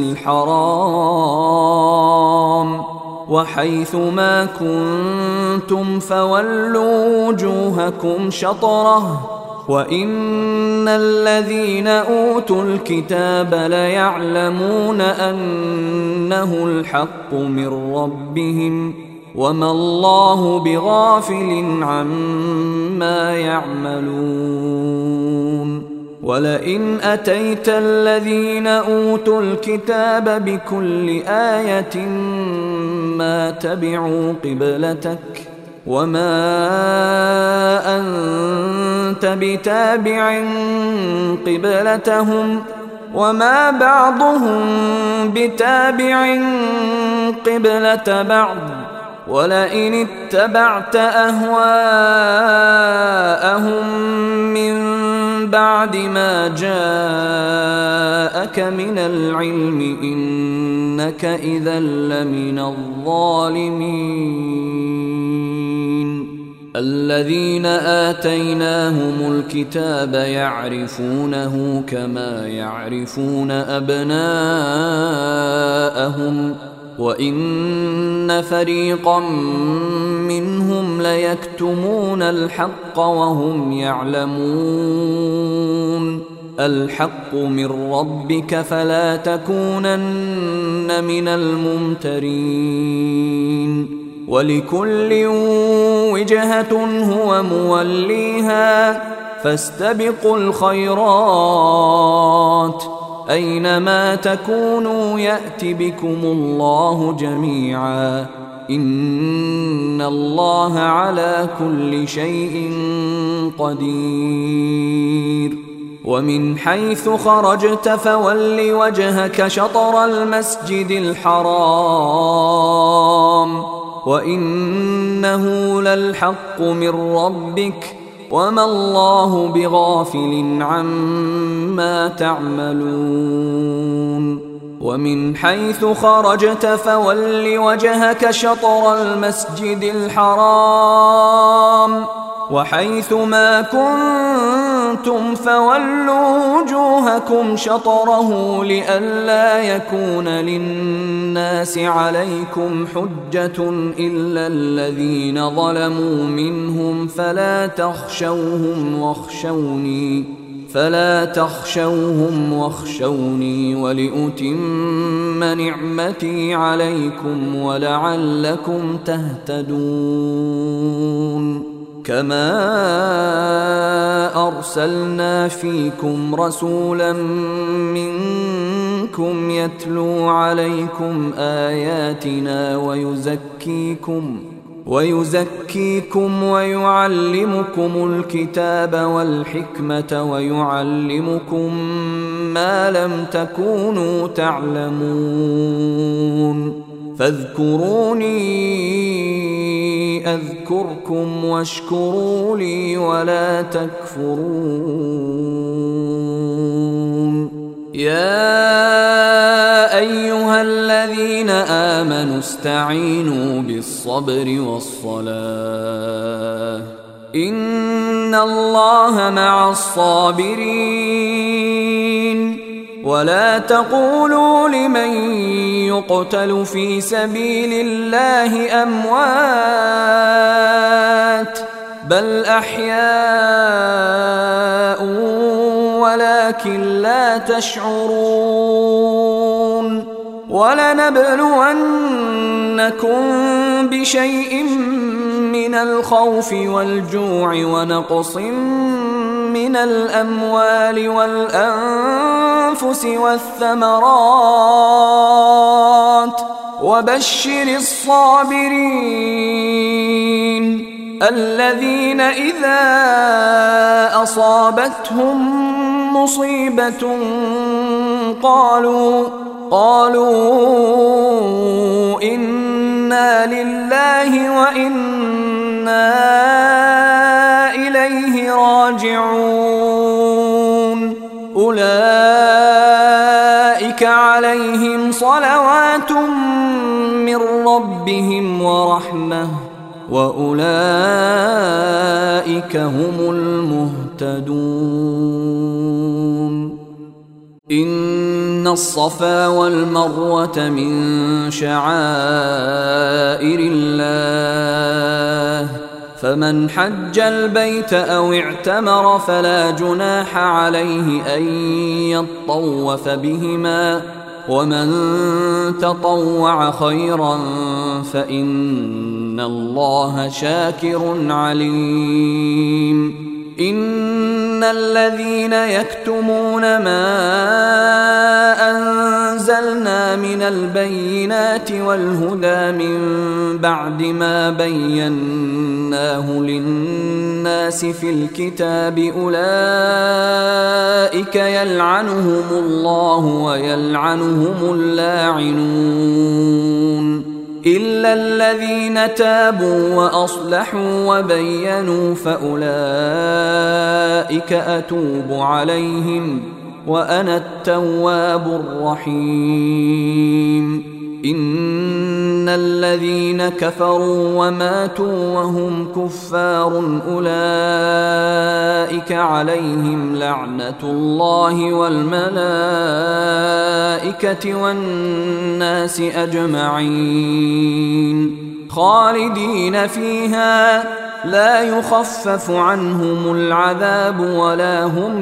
الحرام وحيث ما كنتم فولوا وجوهكم شطره وإن الذين أوتوا الكتاب ليعلمون أنه الحق من ربهم وما الله بغافل عما يعملون ولئن أتيت الذين أوتوا الكتاب بكل آية ما تبعوا قبلتك وما أنت بتابع قبلتهم وما بعضهم بتابع قبلة بعض ولئن اتبعت أهواءهم من بعد ما جاءك من العلم إنك إذا لمن الظالمين الذين آتيناهم الكتاب يعرفونه كما يعرفون أبناءهم وإن فريقا منهم ليكتمون الحق وهم يعلمون الحق من ربك فلا تكونن من الممترين ولكل وجهة هو موليها فاستبقوا الخيرات أينما تكونوا يأت بكم الله جميعا إن الله على كل شيء قدير ومن حيث خرجت فول وجهك شطر المسجد الحرام وإنه للحق من ربك وما الله بغافل عما تعملون ومن حيث خرجت فول وجهك شطر المسجد الحرام وحيث ما كنتم فولوا وجوهكم شطره لئلا يكون للناس عليكم حجة إلا الذين ظلموا منهم فلا تخشوهم واخشوني ولأتم نعمتي عليكم ولعلكم تهتدون كما أرسلنا فيكم رسولا منكم يتلو عليكم آياتنا ويزكيكم ويعلمكم الكتاب والحكمة ويعلمكم ما لم تكونوا تعلمون فاذكروني أذكركم واشكروا لي ولا تكفرون يا أيها الذين آمنوا استعينوا بالصبر والصلاة إن الله مع الصابرين ولا تقولوا لمن يقتل في سبيل الله أموات بل أحياء ولكن لا تشعرون ولنبلونكم بشيء من الخوف والجوع ونقص من من الأموال والأنفس والثمرات وبشر الصابرين الذين إذا أصابتهم مصيبة قالوا إنا لله وإنا إليه راجعون أولئك عليهم صلوات من ربهم ورحمة وأولئك هم المهتدون إن الصفا والمروة من شعائر الله فمن حج البيت أو اعتمر فلا جناح عليه أن يطوف بهما ومن تطوع خيرا فإن الله شاكر عليم إن الذين يكتمون ما أنزلنا من البينات والهدى من بعد ما بيناه للناس في الكتاب أولئك يلعنهم الله ويلعنهم اللاعنون إلا الذين تابوا وأصلحوا وبينوا فأولئك أتوب عليهم وأنا التواب الرحيم إن الذين كفروا وماتوا وهم كفار أولئك عليهم لعنة الله والملائكة والناس أجمعين خالدين فيها لا يخفف عنهم العذاب ولا هم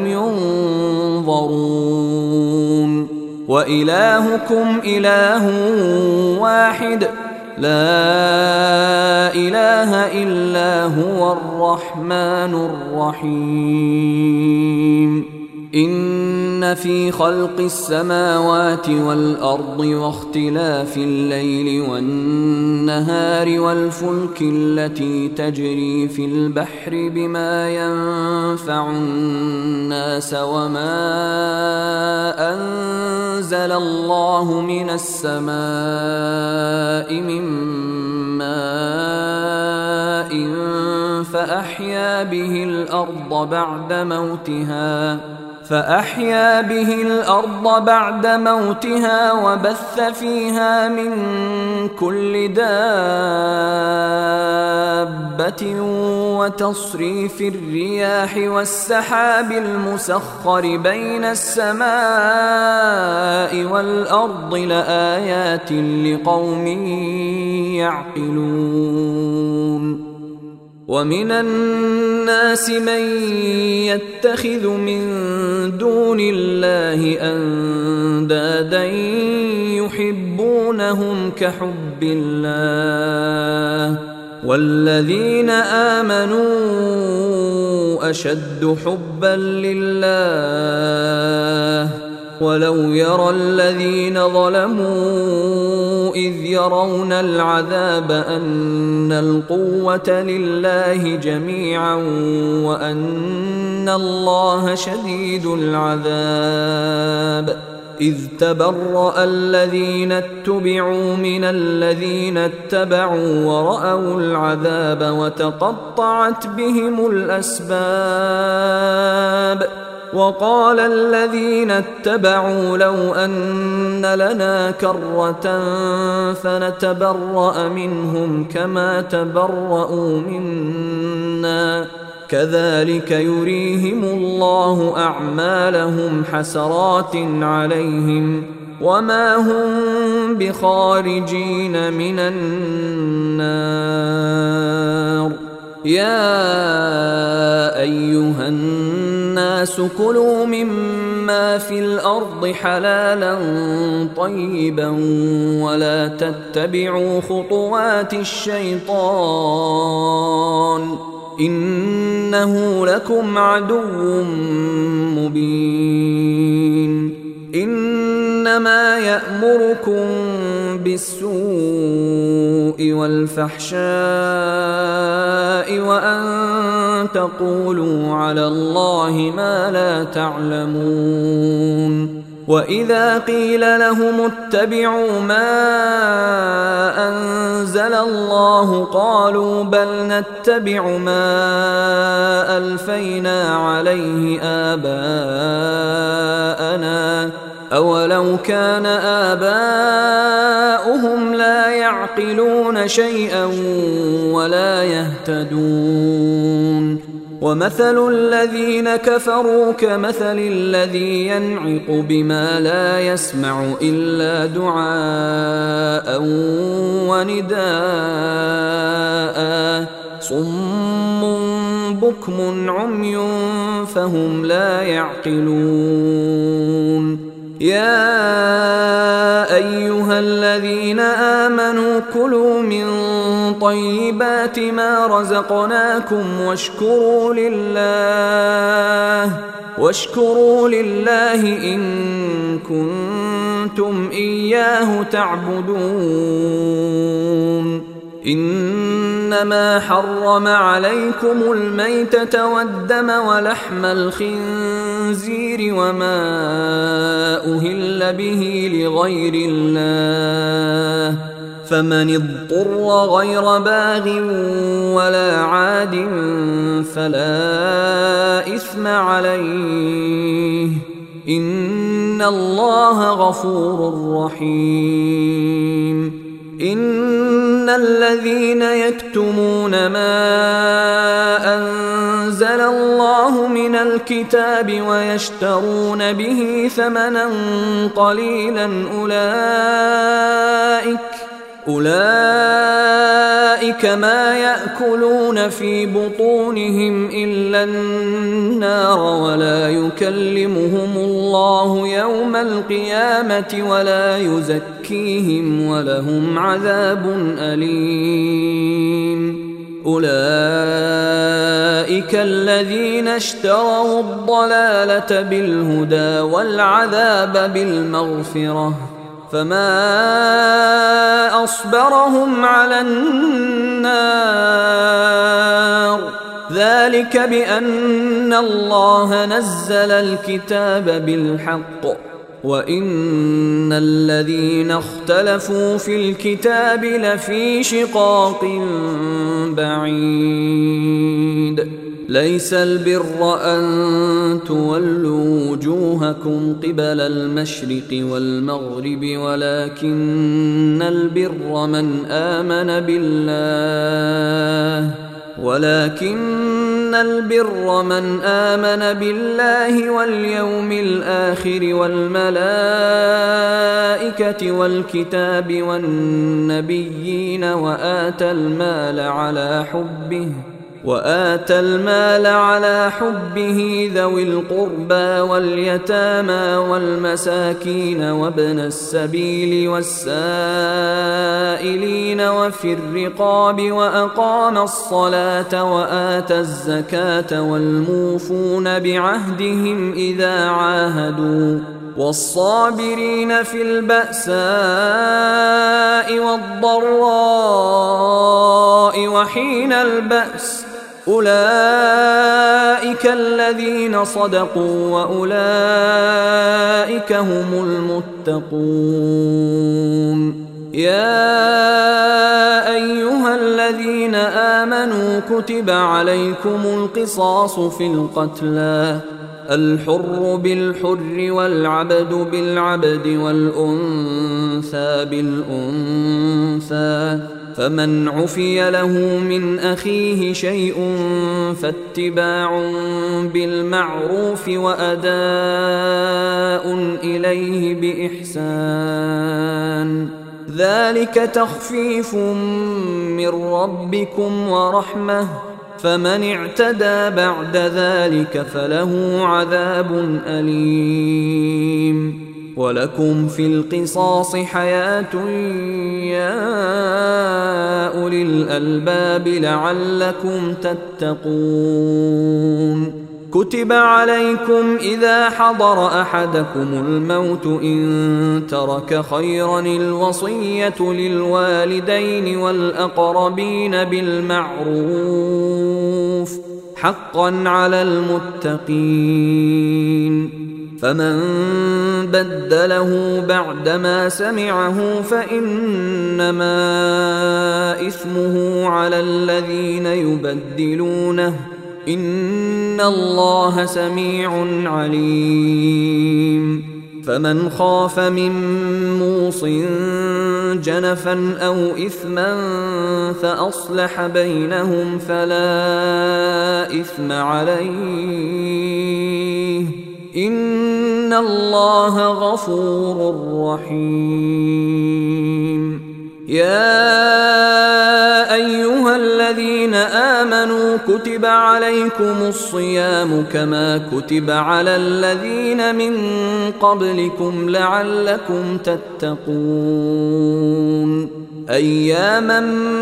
ينظرون وإلهكم إله واحد لا إله إلا هو الرحمن الرحيم إن في خلق السماوات والأرض واختلاف الليل والنهار والفلك التي تجري في البحر بما ينفع الناس وما أنزل الله من السماء من ماء فأحيا به الأرض بعد موتها وبث فيها من كل دابة وتصريف الرياح والسحاب المسخر بين السماء والأرض لآيات لقوم يعقلون ومن الناس من يتخذ من دون الله أندادا يحبونهم كحب الله والذين آمنوا أشد حبا لله ولو يرى الذين ظلموا إذ يرون العذاب أن القوة لله جميعا وأن الله شديد العذاب إذ تبرأ الذين اتبعوا من الذين اتبعوا ورأوا العذاب وتقطعت بهم الأسباب وقال الذين اتبعوا لو أن لنا كرة فنتبرأ منهم كما تبرأوا منا كذلك يريهم الله أعمالهم حسرات عليهم وما هم بخارجين من النار يا أيها الناس كلوا مما في الأرض حلالا طيبا ولا تتبعوا خطوات الشيطان إنه لكم عدو مبين إنما يأمركم بالسوء والفحشاء وأن تقولوا على الله ما لا تعلمون وإذا قيل لهم اتبعوا ما أنزل الله قالوا بل نتبع ما ألفينا عليه آباءنا أولو كان آباؤهم لا يعقلون شيئا ولا يهتدون ومثل الذين كفروا كمثل الذي ينعق بما لا يسمع إلا دعاء ونداء صم بكم عمي فهم لا يعقلون يا أيها الذين آمنوا كلوا من طيبات ما رزقناكم واشكروا لله إن كنتم إياه تعبدون إنما حرم عليكم الميتة والدم ولحم الخنزير وما أهل به لغير الله فمن اضطر غير باغ ولا عاد فلا إثم عليه إن الله غفور رحيم إن الذين يكتمون ما أنزل الله من الكتاب ويشترون به ثمنا قليلا أولئك ما يأكلون في بطونهم إلا النار ولا يكلمهم الله يوم القيامة ولا يزكيهم ولهم عذاب أليم أولئك الذين اشتروا الضلالة بالهدى والعذاب بالمغفرة فما أصبرهم على النار ذلك بأن الله نزل الكتاب بالحق وإن الذين اختلفوا في الكتاب لفي شقاق بعيد ليس البر أن تولوا وجوهكم قبل المشرق والمغرب ولكن البر من آمن بالله واليوم الآخر والملائكة والكتاب والنبيين وآتى المال على حبه ذوي القربى واليتامى والمساكين وابن السبيل والسائلين وفي الرقاب وأقام الصلاة وآتى الزكاة والموفون بعهدهم إذا عاهدوا والصابرين في البأساء والضراء وحين البأس أولئك الذين صدقوا وأولئك هم المتقون يا أيها الذين آمنوا كتب عليكم القصاص في القتلى الحر بالحر والعبد بالعبد والأنثى بالأنثى فمن عفي له من أخيه شيء فاتباع بالمعروف وأداء إليه بإحسان ذلك تخفيف من ربكم ورحمة فمن اعتدى بعد ذلك فله عذاب أليم ولكم في القصاص حياة يا أولي الألباب لعلكم تتقون. كتب عليكم إذا حضر أحدكم الموت إن ترك خيرا الوصية للوالدين والأقربين بالمعروف حقا على المتقين. فمن بدله بعدما سمعه فإنما إثمه على الذين يبدلونه إن الله سميع عليم. فمن خاف من موص جنفا أو إثما فأصلح بينهم فلا إثم عليه إن الله غفور رحيم. يا أيها الذين آمنوا كتب عليكم الصيام كما كتب على الذين من قبلكم لعلكم تتقون. أياما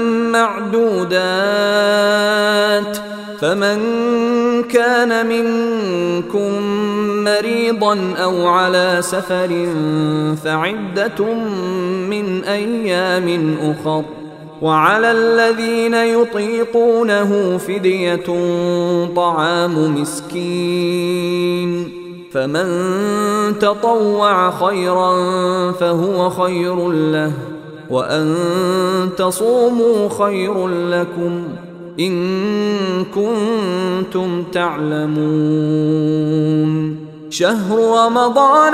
معدودات فمن كان منكم مريضا أو على سفر فعدة من أيام أخر وعلى الذين يطيقونه فدية طعام مسكين فمن تطوع خيرا فهو خير له وأن تصوموا خير لكم إن كنتم تعلمون. شهر رمضان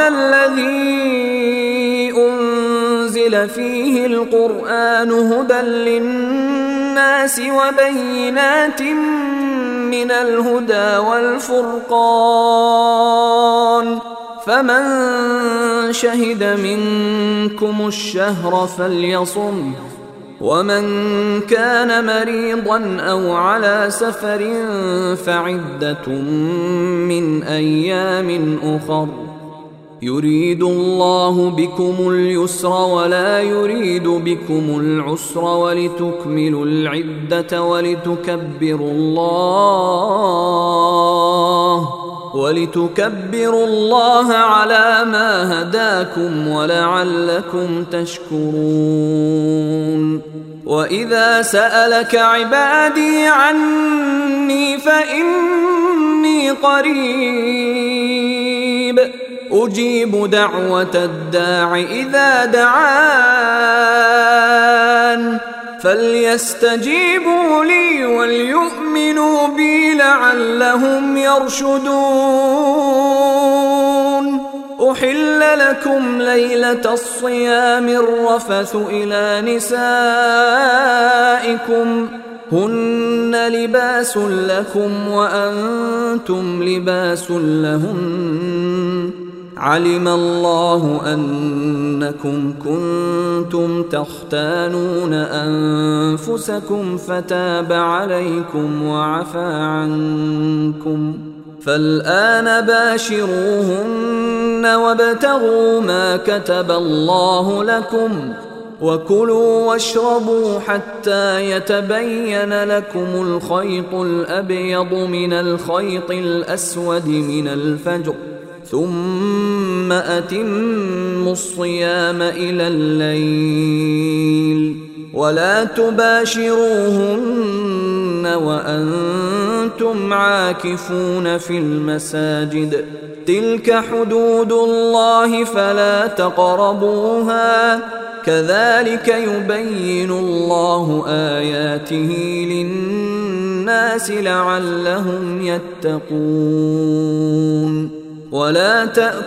الذي أنزل فيه القرآن هدى للناس وبينات من الهدى والفرقان فمن شهد منكم الشهر فليصم ومن كان مريضا أو على سفر فعدة من أيام أخر يريد الله بكم اليسر ولا يريد بكم العسر ولتكملوا العدة ولتكبروا الله على ما هداكم ولعلكم تشكرون. وإذا سألك عبادي عني فإني قريب أجيب دعوة الداع إذا دعان فليستجيبوا لي وليؤمنوا بي لعلهم يرشدون. أحل لكم ليلة الصيام الرفث إلى نسائكم هن لباس لكم وأنتم لباس لهن علم الله أنكم كنتم تختانون أنفسكم فتاب عليكم وعفى عنكم فالآن باشروهن وابتغوا ما كتب الله لكم وكلوا واشربوا حتى يتبين لكم الخيط الأبيض من الخيط الأسود من الفجر ثم أتموا الصيام إلى الليل ولا تباشروهن وأنتم عاكفون في المساجد تلك حدود الله فلا تقربوها كذلك يبين الله آياته للناس لعلهم يتقون. ولا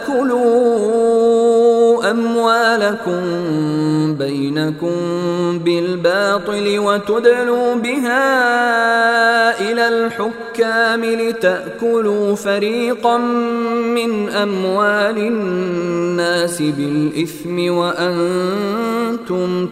تأكلوا أموالكم بينكم بالباطل وتدلوا بها إلى الحكام لتأكلوا فريقا من أموال الناس بالإثم وأنتم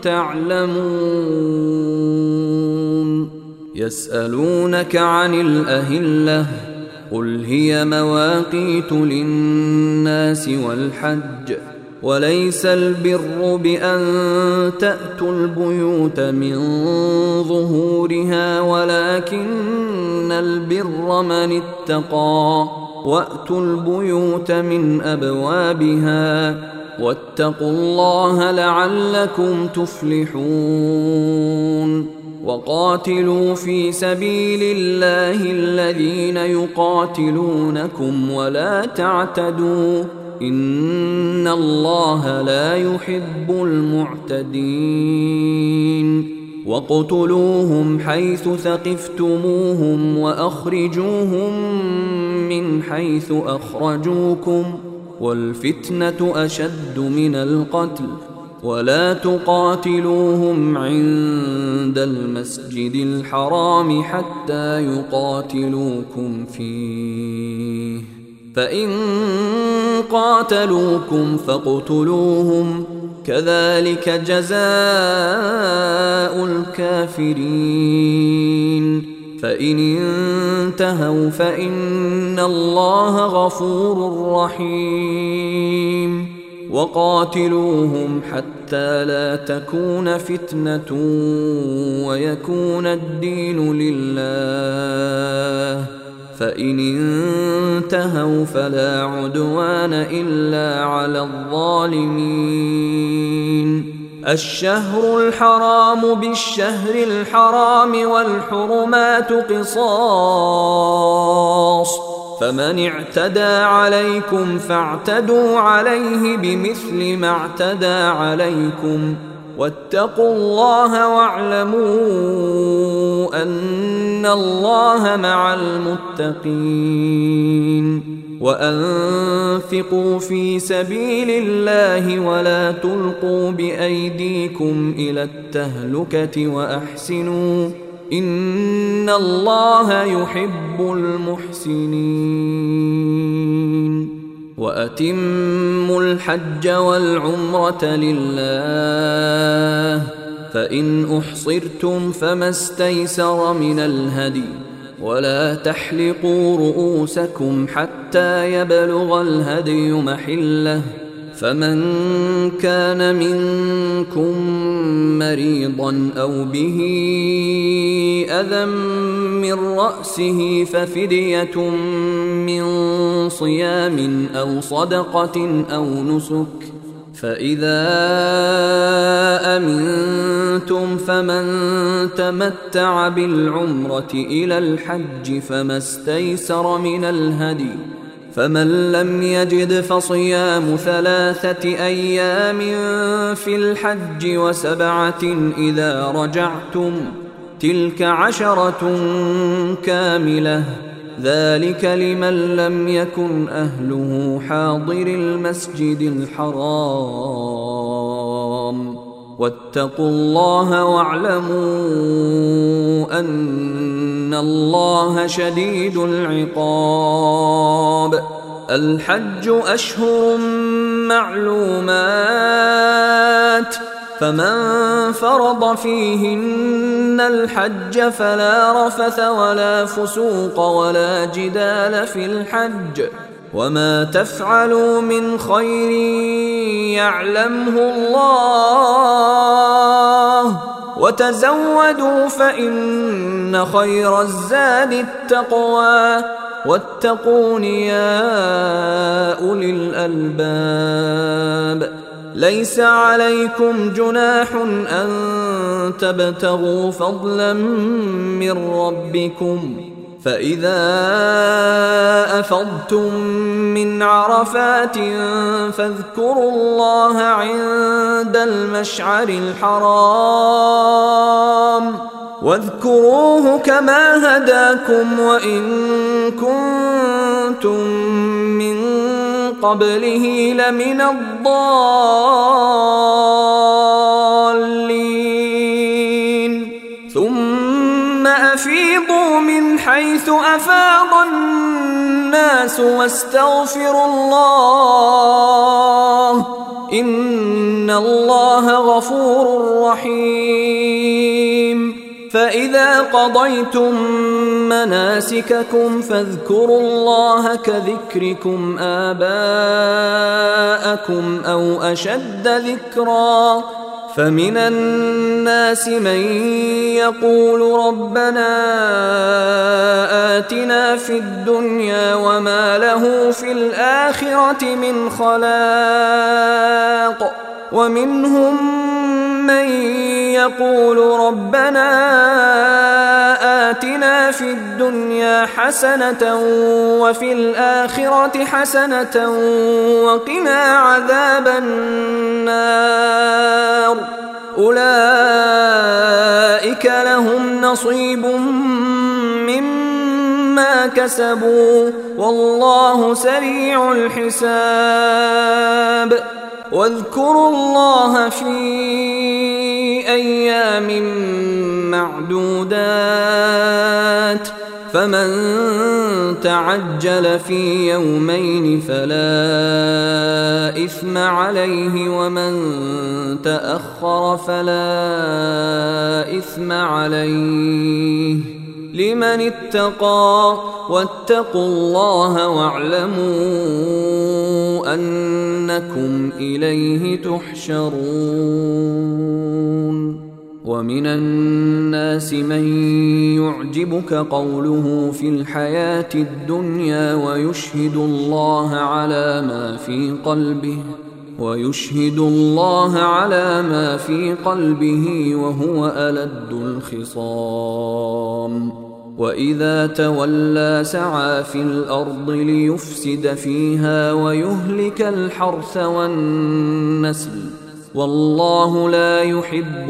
تعلمون. يسألونك عن الأهلة قل هي مواقيت للناس والحج وليس البر بأن تأتوا البيوت من ظهورها ولكن البر من اتقى وأتوا البيوت من أبوابها واتقوا الله لعلكم تفلحون وقاتلوا في سبيل الله الذين يقاتلونكم ولا تعتدوا إن الله لا يحب المعتدين وَاقْتُلُوهُمْ حَيْثُ ثَقِفْتُمُوهُمْ وَأَخْرِجُوهُمْ مِنْ حَيْثُ أَخْرَجُوكُمْ وَالْفِتْنَةُ أَشَدُّ مِنَ الْقَتْلِ وَلَا تُقَاتِلُوهُمْ عِندَ الْمَسْجِدِ الْحَرَامِ حَتَّى يُقَاتِلُوكُمْ فِيهِ فَإِنْ قَاتَلُوكُمْ فَاقْتُلُوهُمْ كذلك جزاء الكافرين فإن انتهوا فإن الله غفور رحيم وقاتلوهم حتى لا تكون فتنة ويكون الدين لله فإن انتهوا فلا عدوان إلا على الظالمين الشهر الحرام بالشهر الحرام والحرمات قصاص فمن اعتدى عليكم فاعتدوا عليه بمثل ما اعتدى عليكم واتقوا الله واعلموا أن الله مع المتقين وأنفقوا في سبيل الله ولا تلقوا بأيديكم إلى التهلكة وأحسنوا إن الله يحب المحسنين وأتموا الحج والعمرة لله فإن أحصرتم فما استيسر من الهدي ولا تحلقوا رؤوسكم حتى يبلغ الهدي محله فمن كان منكم مريضا أو به أذى من رأسه ففدية من صيام أو صدقة أو نسك فإذا أمنتم فمن تمتع بالعمرة إلى الحج فما استيسر من الهدي فمن لم يجد فصيام 3 أيام في الحج و7 إذا رجعتم تلك 10 كاملة ذلك لمن لم يكن أهله حاضر المسجد الحرام واتقوا الله واعلموا أن الله شديد العقاب الحج أشهر معلومات فمن فرض فيهن الحج فلا رفث ولا فسوق ولا جدال في الحج وما تفعلوا من خير يعلمه الله وتزودوا فإن خير الزاد التقوى واتقون يا أولي الألباب ليس عليكم جناح أن تبتغوا فضلا من ربكم فإذا أفضتم من عرفات فاذكروا الله عند المشعر الحرام واذكروه كما هداكم وإن كنتم من قبله لمن الضالين ثم أفيضوا من حيث أفاض الناس واستغفروا الله إن الله غفور رحيم فإذا قضيتم مناسككم فاذكروا الله كذكركم آباءكم آباءكم أو أشد ذكرا فمن الناس من يقول ربنا آتنا في الدنيا وما له في الآخرة من خلاق ومنهم من يقول ربنا آتنا في الدنيا حسنة وفي الآخرة حسنة وقنا عذاب النار أولئك لهم نصيب مما كسبوا والله سريع الحساب واذكروا الله في أيام معدودات فمن تعجل في يومين فلا إثم عليه ومن تأخر فلا إثم عليه لمن اتقى واتقوا الله واعلموا أنكم إليه تحشرون ومن الناس من يعجبك قوله في الحياة الدنيا ويشهد الله على ما في قلبه وهو ألد الخصام وإذا تولى سعى في الأرض ليفسد فيها ويهلك الحرث والنسل والله لا يحب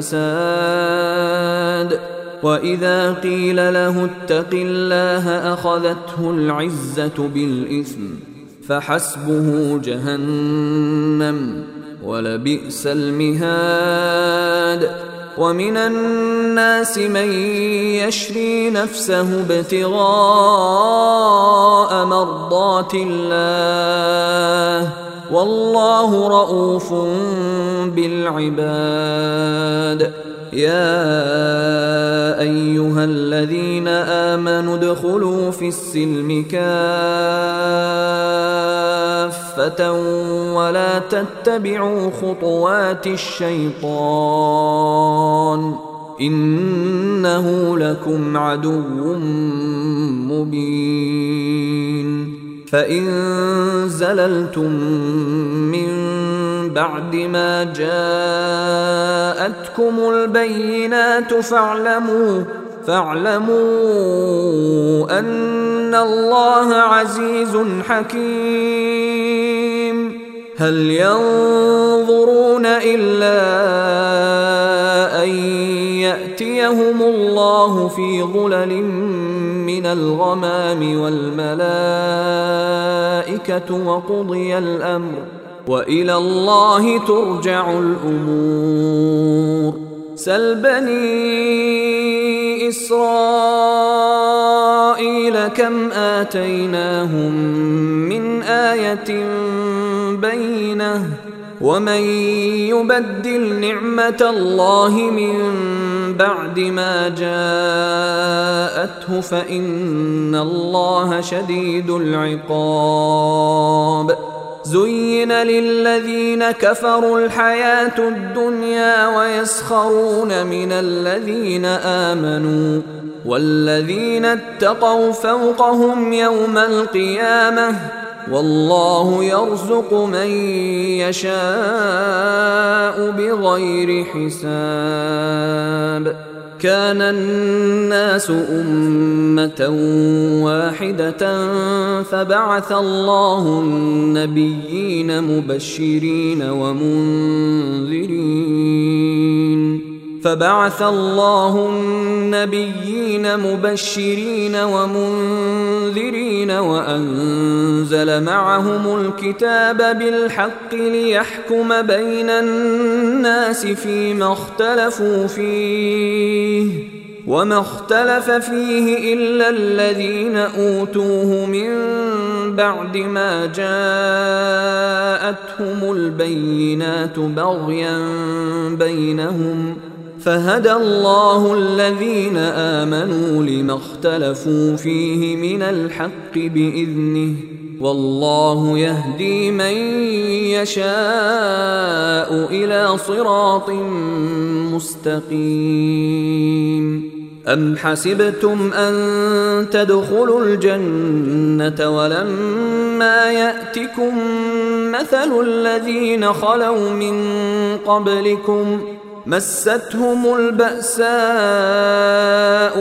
الفساد وإذا قيل له اتق الله أخذته العزة بالإثم فحسبه جهنم ولبئس المهاد ومن الناس من يشري نفسه ابتغاء مرضات الله والله رؤوف بالعباد يا أيها الذين آمنوا ادخلوا في السلم كافة ولا تتبعوا خطوات الشيطان إنه لكم عدو مبين فإن زللتم من بعد ما جاءتكم البينات فاعلموا أن الله عزيز حكيم هل ينظرون إلا أن يأتيهم الله في ظلل من الغمام والملائكة وقضي الأمر وإلى الله ترجع الأمور سل بني إسرائيل كم آتيناهم من آية بينة ومن يبدل نعمة الله من بعد ما جاءته فإن الله شديد العقاب زين للذين كفروا الحياة الدنيا ويسخرون من الذين آمنوا والذين اتقوا فوقهم يوم القيامة والله يرزق من يشاء بغير حساب كان الناس أمة واحدة فبعث الله النبيين مبشرين ومنذرين وأنزل معهم الكتاب بالحق ليحكم بين الناس فيما اختلفوا فيه وما اختلف فيه إلا الذين أوتوه من بعد ما جاءتهم البينات بغيا بينهم فهدى الله الذين آمنوا لما اختلفوا فيه من الحق بإذنه والله يهدي من يشاء إلى صراط مستقيم. أم حسبتم أن تدخلوا الجنة ولما يأتكم مثل الذين خلوا من قبلكم مستهم البأساء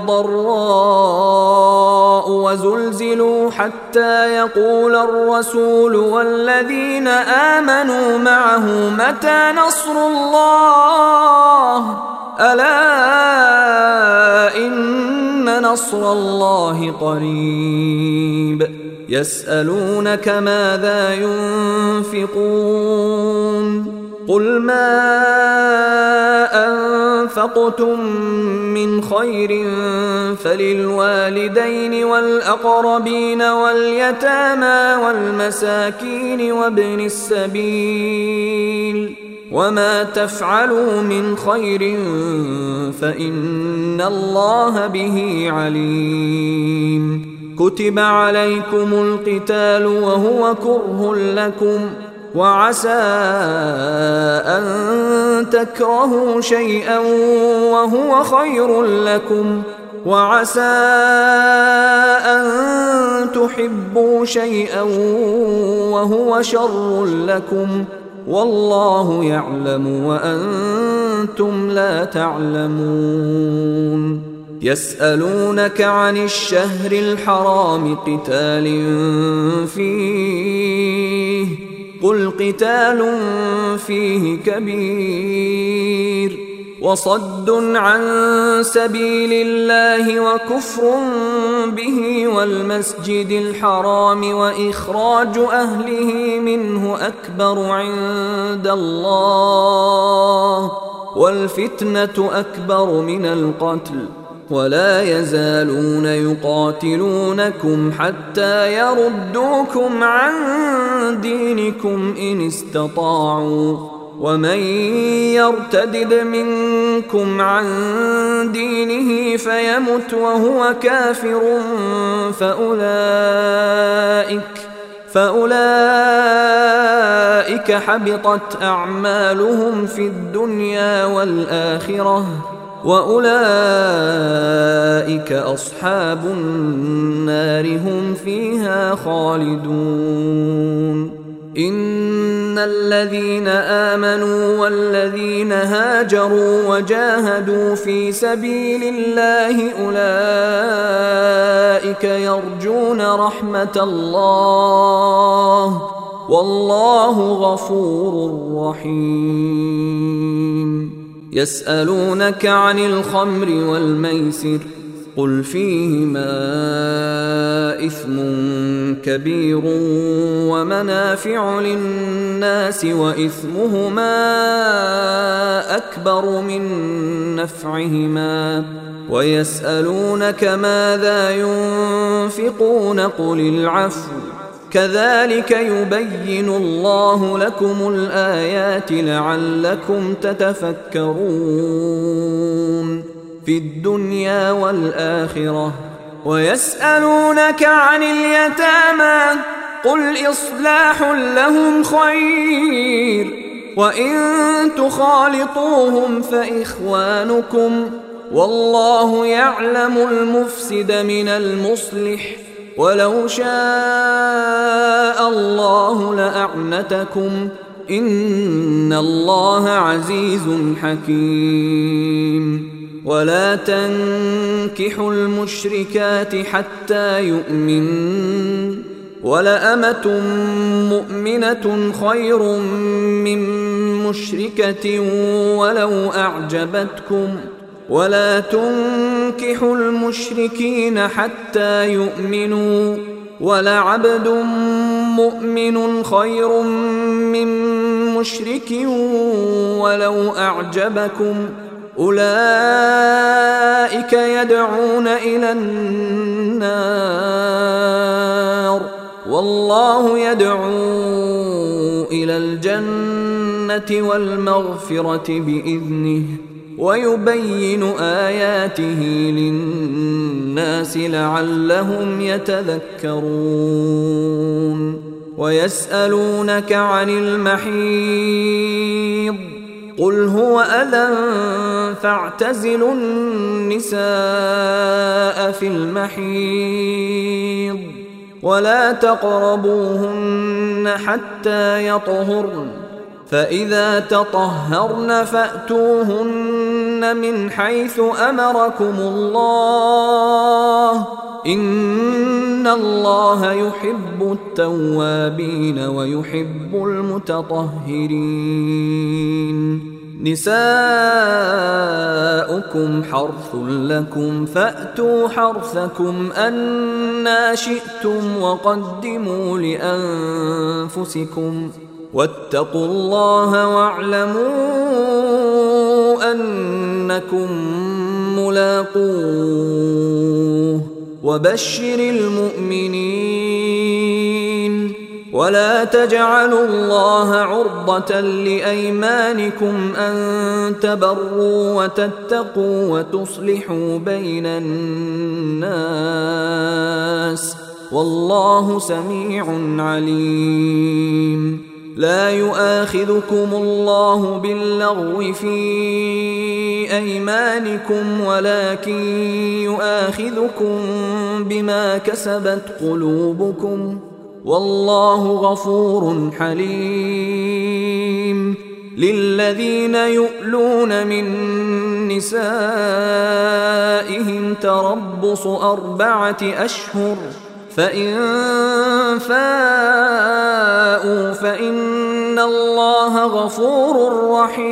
والضراء وزلزلوا حتى يقول الرسول والذين آمنوا معه متى نصر الله ألا إن نصر الله قريب. يسألونك ماذا ينفقون قل ما أنفقتم من خير فللوالدين والأقربين واليتامى والمساكين وابن السبيل وما تفعلوا من خير فإن الله به عليم. كتب عليكم القتال وهو كره لكم وعسى أن تكرهوا شيئا وهو خير لكم وعسى أن تحبوا شيئا وهو شر لكم والله يعلم وأنتم لا تعلمون. يسألونك عن الشهر الحرام قتال فيه قل قتال فيه كبير وصد عن سبيل الله وكفر به والمسجد الحرام وإخراج أهله منه أكبر عند الله والفتنة أكبر من القتل ولا يزالون يقاتلونكم حتى يردوكم عن دينكم إن استطاعوا ومن يرتدد منكم عن دينه فيمت وهو كافر فأولئك حبطت أعمالهم في الدنيا والآخرة وأولئك أصحاب النار هم فيها خالدون. إن الذين آمنوا والذين هاجروا وجاهدوا في سبيل الله أولئك يرجون رحمة الله والله غفور رحيم. يسألونك عن الخمر والميسر قل فيهما إثم كبير ومنافع للناس وإثمهما أكبر من نفعهما ويسألونك ماذا ينفقون قل العفو كذلك يبين الله لكم الآيات لعلكم تتفكرون في الدنيا والآخرة. ويسألونك عن اليتامى قل إصلاح لهم خير وإن تخالطوهم فإخوانكم والله يعلم المفسد من المصلح ولو شاء الله لأعنتكم إن الله عزيز حكيم. ولا تنكحوا المشركات حتى يؤمنن ولأمة مؤمنة خير من مشركة ولو أعجبتكم ولا تنكحوا المشركين حتى يؤمنوا ولعبد مؤمن خير من مشرك ولو أعجبكم أولئك يدعون إلى النار والله يدعو إلى الجنة والمغفرة بإذنه ويبين آياته للناس لعلهم يتذكرون ويسألونك عن المحيض قل هو أذى فاعتزلوا النساء في المحيض ولا تقربوهن حتى يطهرن فإذا تطهرن فأتوهن من حيث أمركم الله إن الله يحب التوابين ويحب المتطهرين نساؤكم حرث لكم فأتوا حرثكم أنى شئتم وقدموا لأنفسكم واتقوا الله واعلموا أنكم ملاقوه وبشر المؤمنين ولا تجعلوا الله عرضة لأيمانكم أن تبروا وتتقوا وتصلحوا بين الناس والله سميع عليم لا يؤاخذكم الله باللغو في أيمانكم ولكن يؤاخذكم بما كسبت قلوبكم والله غفور حليم للذين يؤلون من نسائهم تربص 4 أشهر فإن فاءوا فإن الله غفور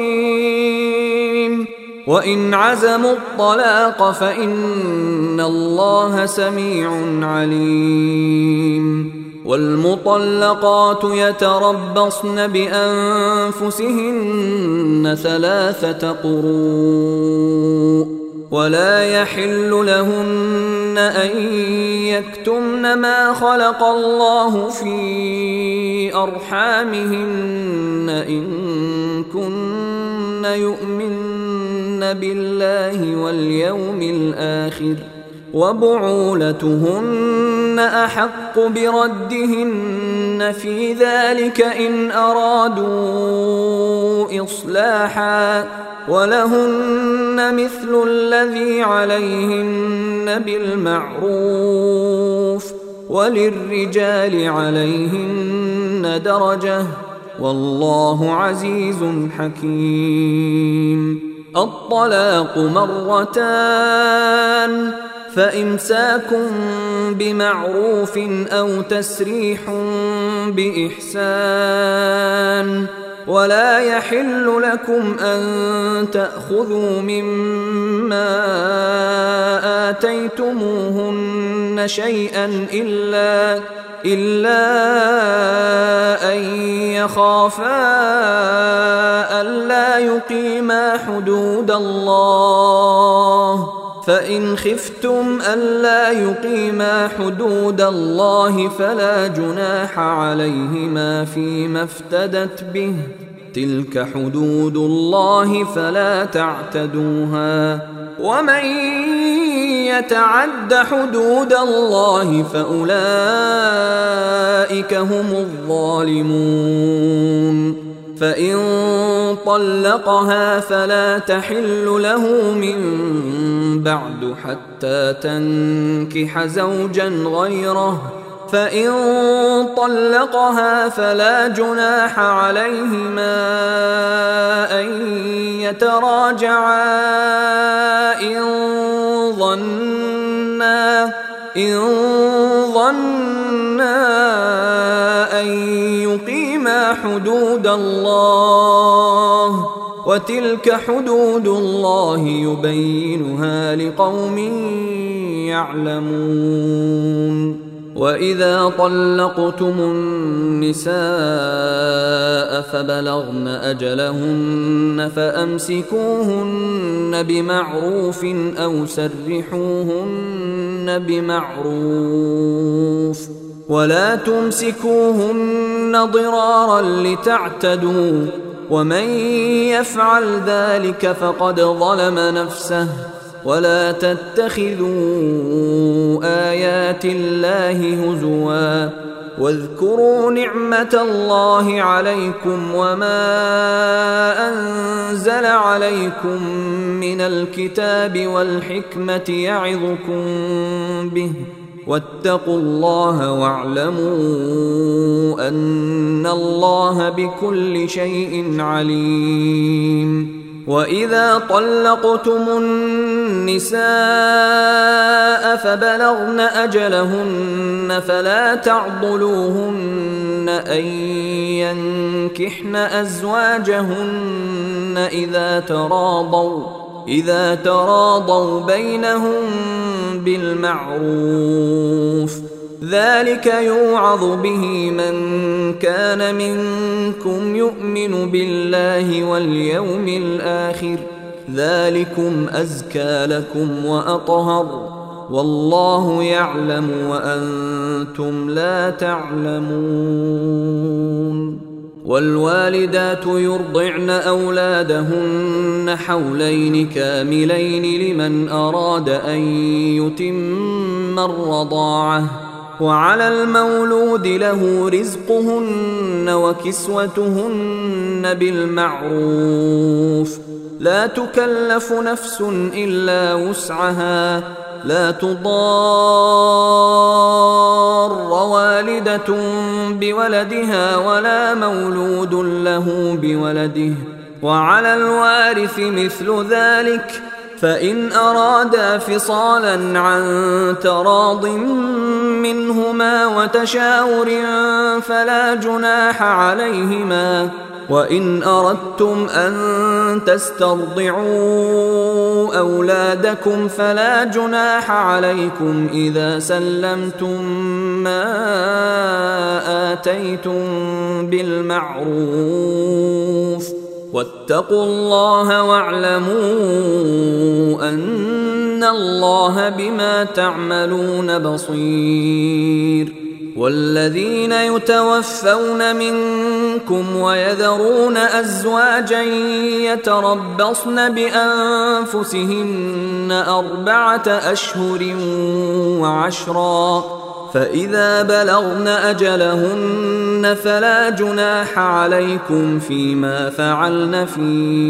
رحيم وإن عزموا الطلاق فإن الله سميع عليم والمطلقات يتربصن بأنفسهن 3 قروء ولا يحل لهن أن يكتمن ما خلق الله في أرحامهن إن كن يؤمن بالله واليوم الآخر وبعولتهن أحق بردهن في ذلك إن أرادوا إصلاحا ولهن مثل الذي عليهن بالمعروف وللرجال عليهن درجة والله عزيز حكيم الطلاق 2 فإمساك بمعروف أو تسريح بإحسان ولا يحل لكم أن تأخذوا مما آتيتموهن شيئا إلا أن يخافا ألا يقيما حدود الله فإن خفتم ألا يقيما حدود الله فلا جناح عليهما فيما افتدت به تلك حدود الله فلا تعتدوها ومن يتعد حدود الله فأولئك هم الظالمون فإن طلقها فلا تحل له من بعد حتى تنكح زوجا غيره فإن طلقها فلا جناح عليهما أن يتراجعا إن ظنا أن يقيما حدود الله وتلك حدود الله يبينها لقوم يعلمون وإذا طلقتم النساء فبلغن أجلهن فأمسكوهن بمعروف أو سرحوهن بمعروف ولا تمسكوهن ضرارا لتعتدوا ومن يفعل ذلك فقد ظلم نفسه. ولا تتخذوا آيات الله هزوا واذكروا نعمة الله عليكم وما أنزل عليكم من الكتاب والحكمة يعظكم به واتقوا الله واعلموا أن الله بكل شيء عليم. وإذا طلقتم النساء فبلغن أجلهن فلا تعضلوهن أن ينكحن أزواجهن إذا تراضوا بينهم بالمعروف، ذلك يوعظ به من كان منكم يؤمن بالله واليوم الآخر، ذلكم أزكى لكم وأطهر، والله يعلم وأنتم لا تعلمون. والوالدات يرضعن أولادهن حولين كاملين لمن أراد أن يتم الرضاعة، وعلى المولود له رزقهن وكسوتهن بالمعروف، لا تكلف نفس إلا وسعها، لا تضار والدة بولدها ولا مولود له بولده، وعلى الوارث مثل ذلك، فإن أرادا فصالا عن تراض منهما وتشاور فلا جناح عليهما. وإن أردتم أن تسترضعوا أولادكم فلا جناح عليكم إذا سلمتم ما آتيتم بالمعروف، واتقوا الله واعلموا أن الله بما تعملون بصير. والذين يتوفون منكم ويذرون أزواجا يتربصن بأنفسهن 4 أشهر وعشرا، فإذا بلغن أجلهن فلا جناح عليكم فيما فعلن في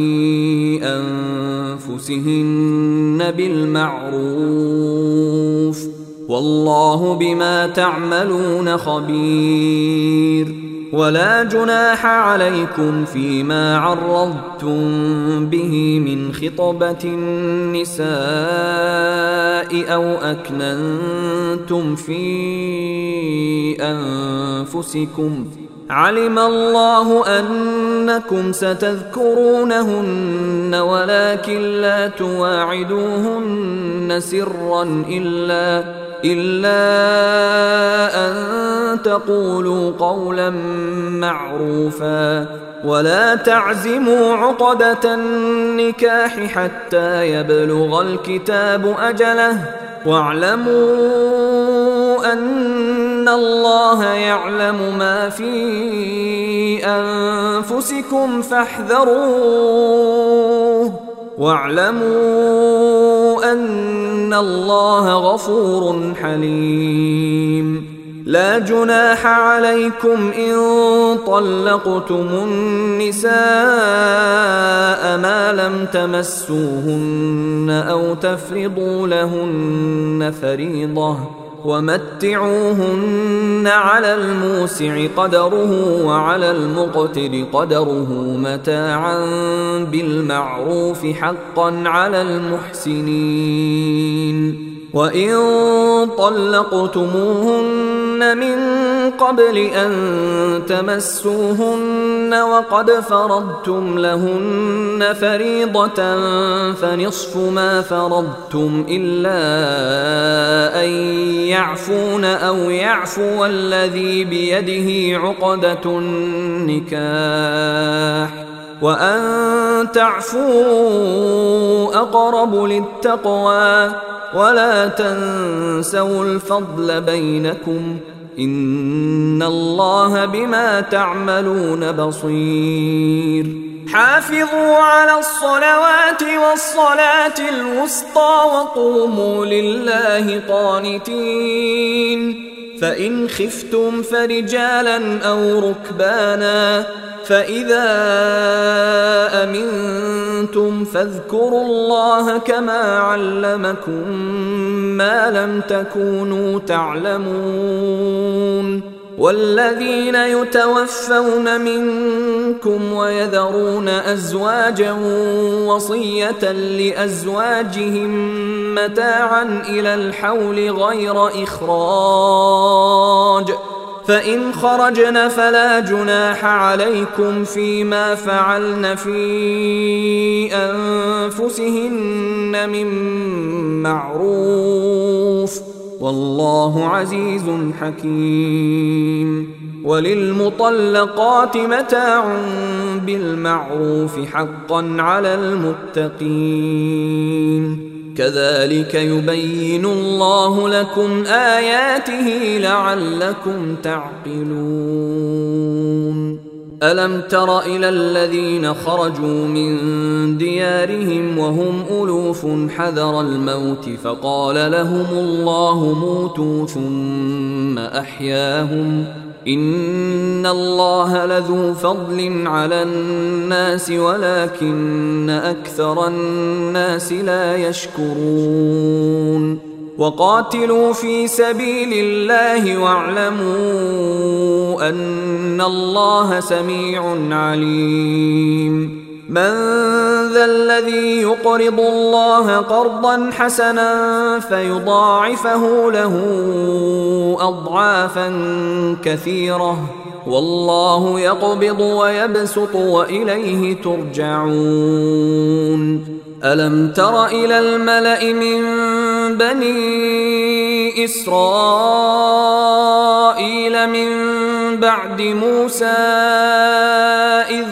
أنفسهن بالمعروف، والله بما تعملون خبير. ولا جناح عليكم فيما عرضتم به من خطبة النساء أو أكننتم في أنفسكم، علم الله أنكم ستذكرونهن ولكن لا تواعدوهن سرا إلا أن تقولوا قولا معروفا، ولا تعزموا عقدة النكاح حتى يبلغ الكتاب أجله، واعلموا أن الله يعلم ما في أنفسكم فاحذروه، واعلموا أن الله غفور حليم. لا جناح عليكم إن طلقتم النساء ما لم تمسوهن أو تفرضوا لهن فريضة، ومتعوهن على الموسع قدره وعلى المقتر قدره متاعا بالمعروف حقا على المحسنين. وإن طلقتموهن من قبل أن تمسوهن وقد فرضتم لهن فريضة فنصف ما فرضتم إلا أن يعفون أو يعفو الذي بيده عقدة النكاح، وأن تعفوا أقرب للتقوى، ولا تنسوا الفضل بينكم، إن الله بما تعملون بصير. حافظوا على الصلوات والصلاة الوسطى وقوموا لله قانتين فإن خفتم فرجالا أو ركبانا فإذا أمنتم فاذكروا الله كما علمكم ما لم تكونوا تعلمون والذين يتوفون منكم ويذرون أزواجا وصية لأزواجهم متاعا إلى الحول غير إخراج فإن خرجن فلا جناح عليكم فيما فعلن في أنفسهن من معروف والله عزيز حكيم وللمطلقات متاع بالمعروف حقا على المتقين كذلك يبين الله لكم آياته لعلكم تعقلون ألم تر إلى الذين خرجوا من ديارهم وهم ألوف حذر الموت فقال لهم الله موتوا ثم أحياهم إن الله لذو فضل على الناس ولكن أكثر الناس لا يشكرون وقاتلوا في سبيل الله واعلموا أن الله سميع عليم من ذا الذي يقرض الله قرضا حسنا فيضاعفه له أضعافا كثيرة والله يقبض ويبسط وإليه ترجعون ألم تر إلى الملأ من بني إسرائيل من بعد موسى إذ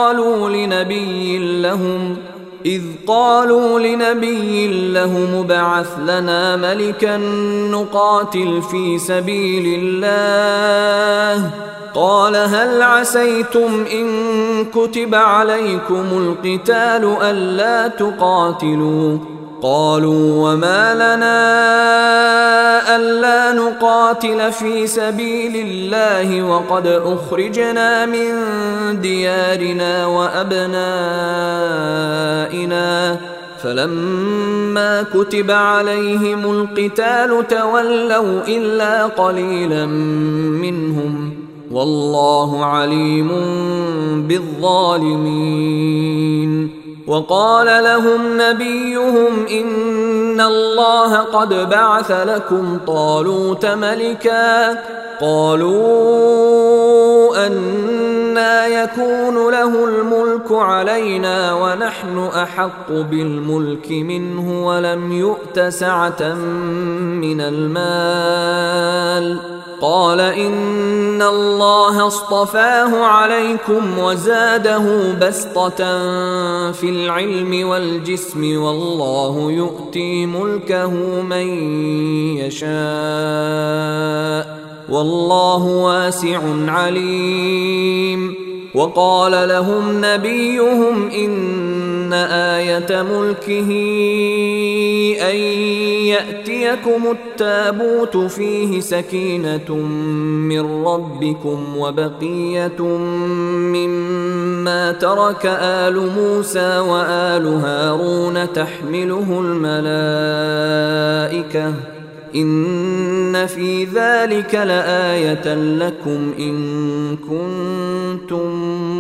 قالوا لنبي لهم ابعث لنا ملكا نقاتل في سبيل الله قال هل عسيتم إن كتب عليكم القتال ألا تقاتلوا قالوا وما لنا ألا نقاتل في سبيل الله وقد أخرجنا من ديارنا وأبنائنا فلما كتب عليهم القتال تولوا إلا قليلا منهم والله عليم بالظالمين وقال لهم نبيهم إن الله قد بعث لكم طالوت ملكا قالوا أنى يكون له الملك علينا ونحن أحق بالملك منه ولم يؤت سعة من المال قال إن الله اصطفاه عليكم وزاده بسطة في العلم والجسم والله يؤتي ملكه من يشاء والله واسع عليم وقال لهم نبيهم إن آية ملكه أن يأتيكم التابوت فيه سكينة من ربكم وبقية مما ترك آل موسى وآل هارون تحمله الملائكة إن في ذلك لآية لكم إن كنتم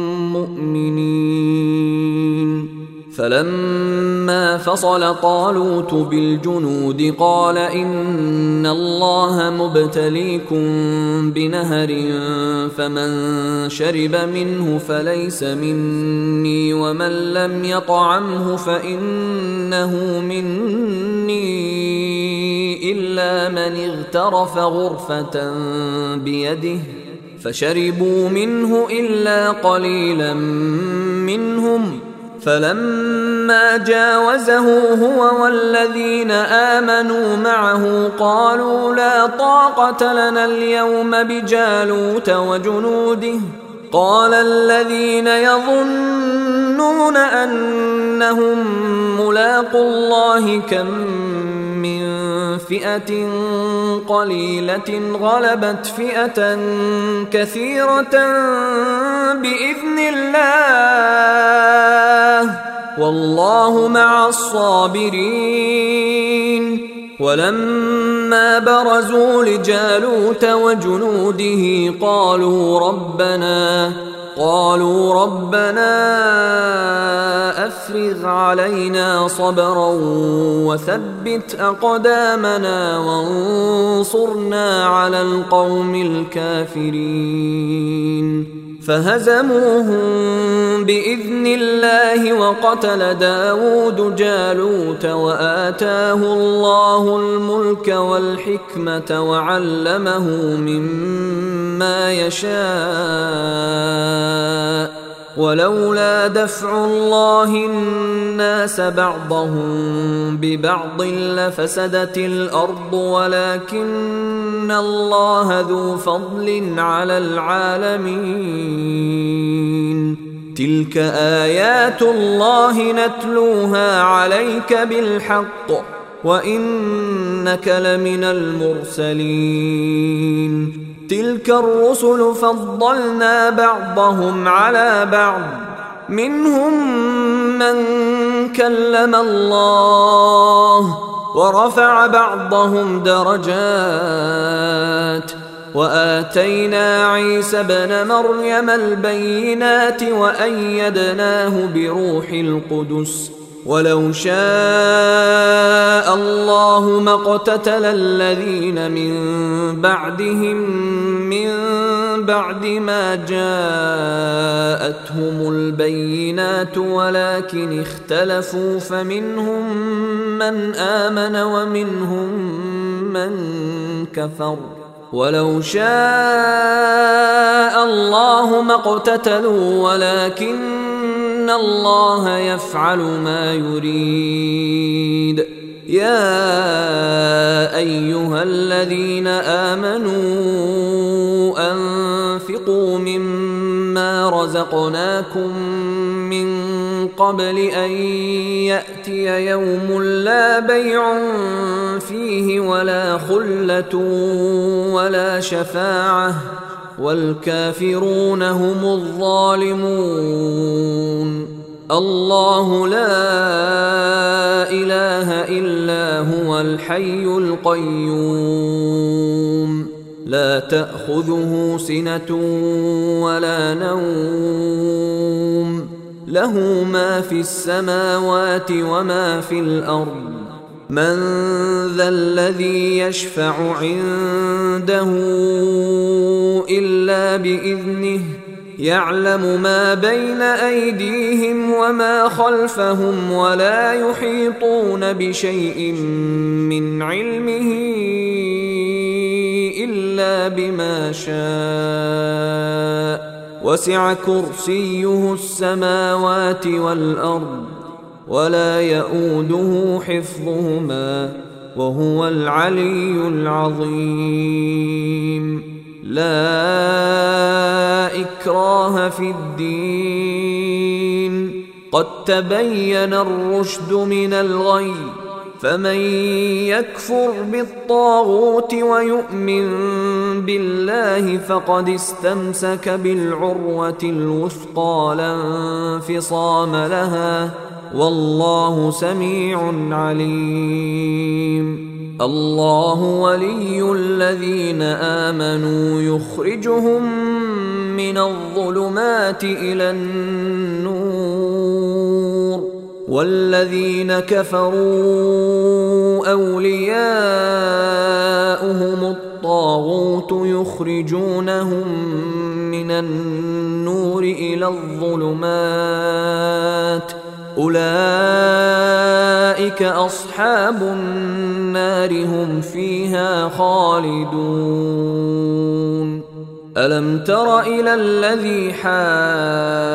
مؤمنين فلما فصل طالوت بالجنود قال إن الله مبتليكم بنهر فمن شرب منه فليس مني ومن لم يطعمه فإنه مني إلا من اغترف غرفة بيده فشربوا منه إلا قليلا منهم فلما جاوزه هو والذين آمنوا معه قالوا لا طاقة لنا اليوم بجالوت وجنوده قال الذين يظنون يظنون أنهم ملاقو الله كم من فئة قليلة غلبت فئة كثيرة بإذن الله والله مع الصابرين. ولما برزوا لجالوت وجنوده قالوا ربنا أفرغ علينا صبرا وثبت أقدامنا وانصرنا على القوم الكافرين. فهزموهم بإذن الله وقتل داود جالوت وآتاه الله الملك والحكمة وعلمه مما يشاء ولولا دفع الله الناس بعضهم ببعض لفسدت الأرض ولكن الله ذو فضل على العالمين. تلك آيات الله نتلوها عليك بالحق وإنك لمن المرسلين. تلك الرسل فضلنا بعضهم على بعض منهم من كلم الله ورفع بعضهم درجات وآتينا عيسى ابن مريم البينات وأيدناه بروح القدس ولو شاء الله ما اقتتل الذين من بعدهم من بعد ما جاءتهم البينات ولكن اختلفوا فمنهم من آمن ومنهم من كفر ولو شاء الله ما اقتتلوا ولكن الله يفعل ما يريد. يا أيها الذين آمنوا أنفقوا مما رزقناكم من قبل أن يأتي يوم لا بيع فيه ولا خلة ولا شفاعة والكافرون هم الظالمون. الله لا إله إلا هو الحي القيوم لا تأخذه سنة ولا نوم له ما في السماوات وما في الأرض. من ذا الذي يشفع عنده إلا بإذنه يعلم ما بين أيديهم وما خلفهم ولا يحيطون بشيء من علمه إلا بما شاء وسع كرسيه السماوات والأرض ولا يؤوده حفظهما وهو العلي العظيم. لا إكراه في الدين قد تبين الرشد من الغي فمن يكفر بالطاغوت ويؤمن بالله فقد استمسك بالعروة الوثقى لا انفصام لها والله سميع عليم. الله ولي الذين آمنوا يخرجهم من الظلمات إلى النور والذين كفروا أولياؤهم الطاغوت يخرجونهم من النور إلى الظلمات أولئك أصحاب النار هم فيها خالدون. ألم تر إلى الذي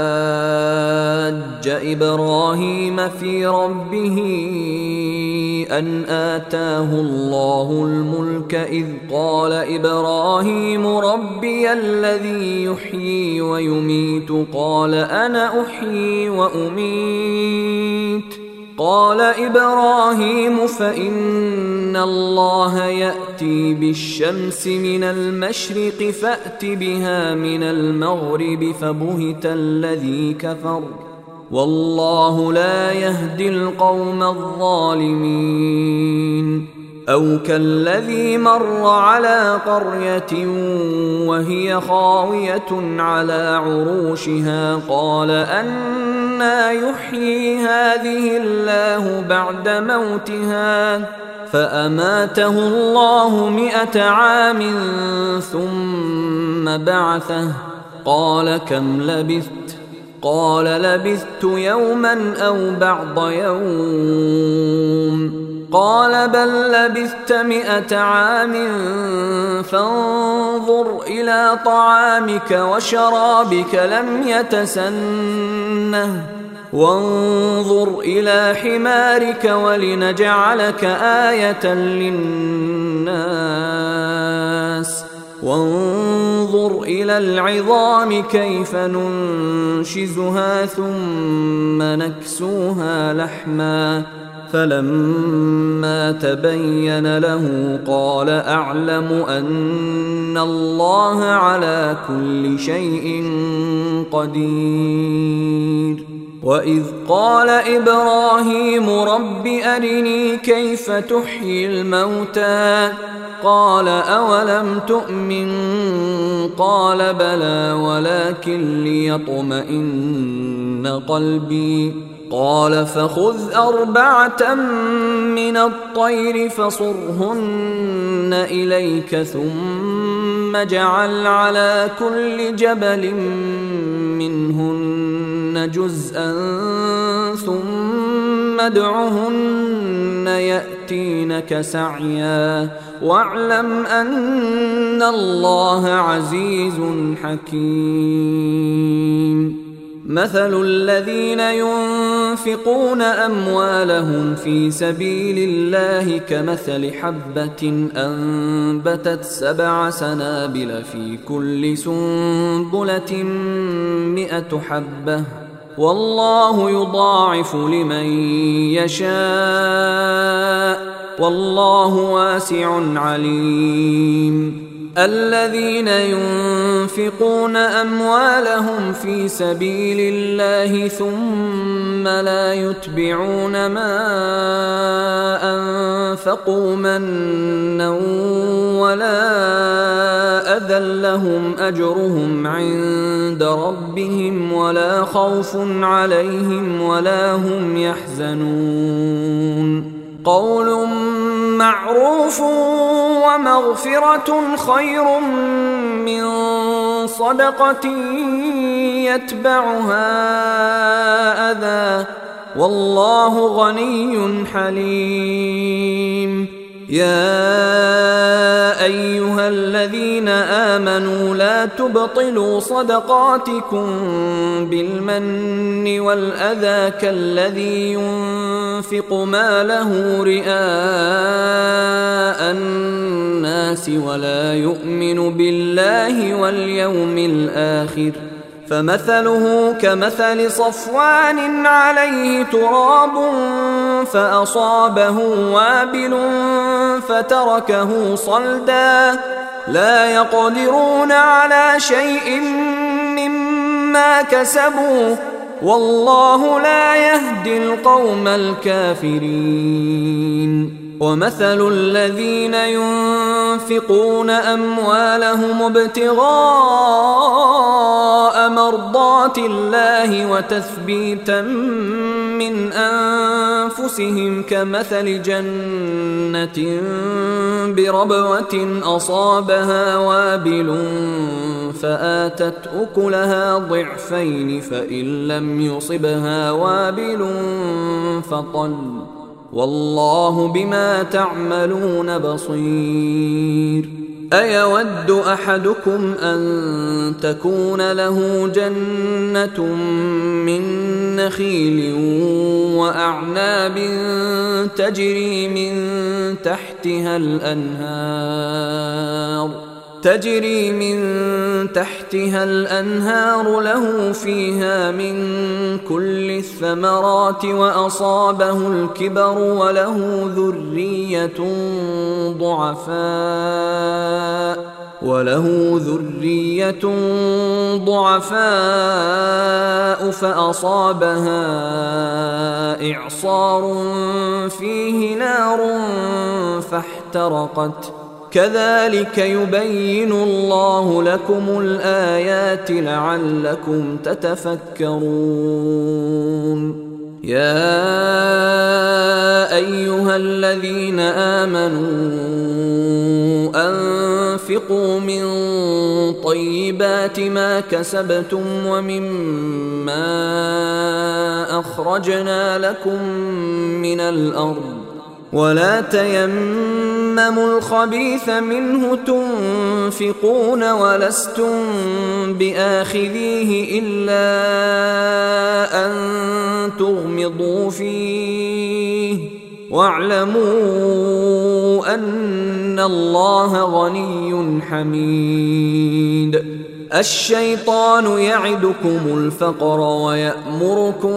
حاج إبراهيم في ربه أن آتاه الله الملك إذ قال إبراهيم ربي الذي يحيي ويميت قال أنا أحيي وأميت قال إبراهيم فإن الله يأتي بالشمس من المشرق فأت بها من المغرب فبهت الذي كفر والله لا يهدي القوم الظالمين أو كالذي مر على قرية وهي خاوية على عروشها قال أنى يحيي هذه الله بعد موتها فأماته الله 100 عام ثم بعثه قال كم لبثت قال لبثت يوما أو بعض يوم قال بل لبثت 100 عام فانظر إلى طعامك وشرابك لم يتسنه وانظر إلى حمارك ولنجعلك آية للناس وانظر إلى العظام كيف ننشزها ثم نكسوها لحما فلما تبين له قال أعلم أن الله على كل شيء قدير وإذ قال إبراهيم رب أرني كيف تحيي الموتى قال أولم تؤمن قال بلى ولكن ليطمئن قلبي قال فخذ 4 من الطير فصرهن إليك ثم اجعل على كل جبل منهن جزءا ثم ادعهن يأتينك سعيا واعلم أن الله عزيز حكيم مثل الذين ينفقون أموالهم في سبيل الله كمثل حبة أنبتت 7 سنابل في كل سنبلة 100 حبة والله يضاعف لمن يشاء والله واسع عليم الذين ينفقون أموالهم في سبيل الله ثم لا يتبعون ما أنفقوا منا ولا أذى لهم أجرهم عند ربهم ولا خوف عليهم ولا هم يحزنون قول معروف ومغفرة خير من صدقة يتبعها أذى والله غني حليم يا أيها الذين آمنوا لا تبطلوا صدقاتكم بالمن والأذى كالذي ينفق ماله رئاء الناس ولا يؤمن بالله واليوم الآخر فمثله كمثل صفوان عليه تراب فأصابه وابل فتركه صلدا لا يقدرون على شيء مما كسبوا والله لا يهدي القوم الكافرين ومثل الذين ينفقون أموالهم ابتغاء مرضات الله وتثبيتا من أنفسهم كمثل جنة بربوة أصابها وابل فآتت أكلها ضعفين فإن لم يصبها وابل فطل والله بما تعملون بصير أيود أحدكم أن تكون له جنة من نخيل وأعناب تجري من تحتها الأنهار له فيها من كل الثمرات وأصابه الكبر وله ذرية ضعفاء فأصابها إعصار فيه نار فاحترقت كذلك يبين الله لكم الآيات لعلكم تتفكرون يا أيها الذين آمنوا أنفقوا من طيبات ما كسبتم ومما أخرجنا لكم من الأرض ولا تيمموا الخبيث منه تنفقون ولستم بآخذيه إلا أن تغمضوا فيه واعلموا أن الله غني حميد الشيطان يعدكم الفقر ويأمركم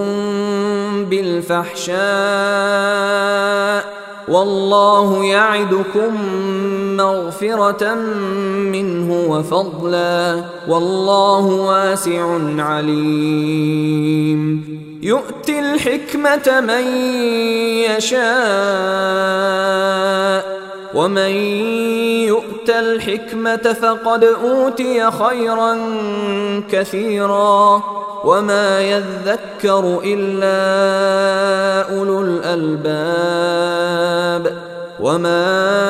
بالفحشاء والله يعدكم مغفرة منه وفضلا والله واسع عليم يؤتي الحكمة من يشاء ومن يؤت الحكمة فقد أوتي خيرا كثيرا وما يذكر إلا أولو الألباب وما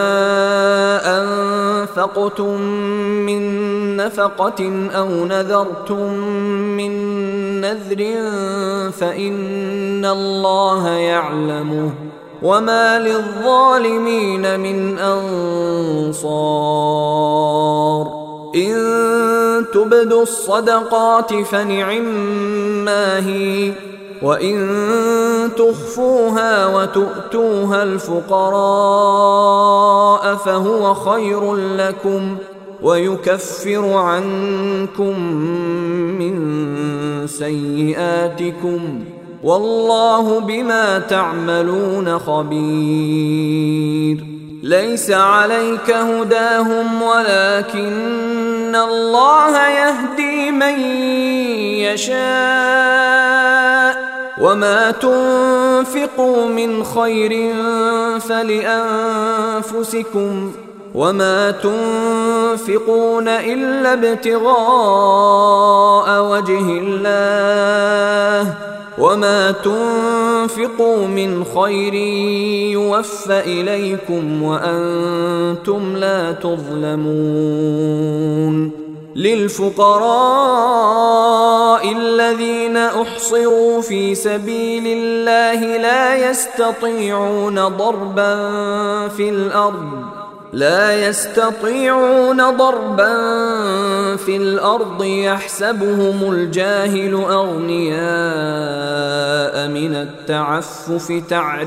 أنفقتم من نفقة أو نذرتم من نذر فإن الله يعلمه وما للظالمين من أنصار إن تبدوا الصدقات فنعما هي وإن تخفوها وتؤتوها الفقراء فهو خير لكم ويكفر عنكم من سيئاتكم والله بما تعملون خبير ليس عليك هداهم ولكن الله يهدي من يشاء وما تنفقوا من خير فلأنفسكم وما تنفقون إلا ابتغاء وجه الله وما تنفقوا من خير يوفى إليكم وأنتم لا تظلمون للفقراء الذين أحصروا في سبيل الله لا يستطيعون ضربا في الأرض يحسبهم الجاهل أغنياء من التعفف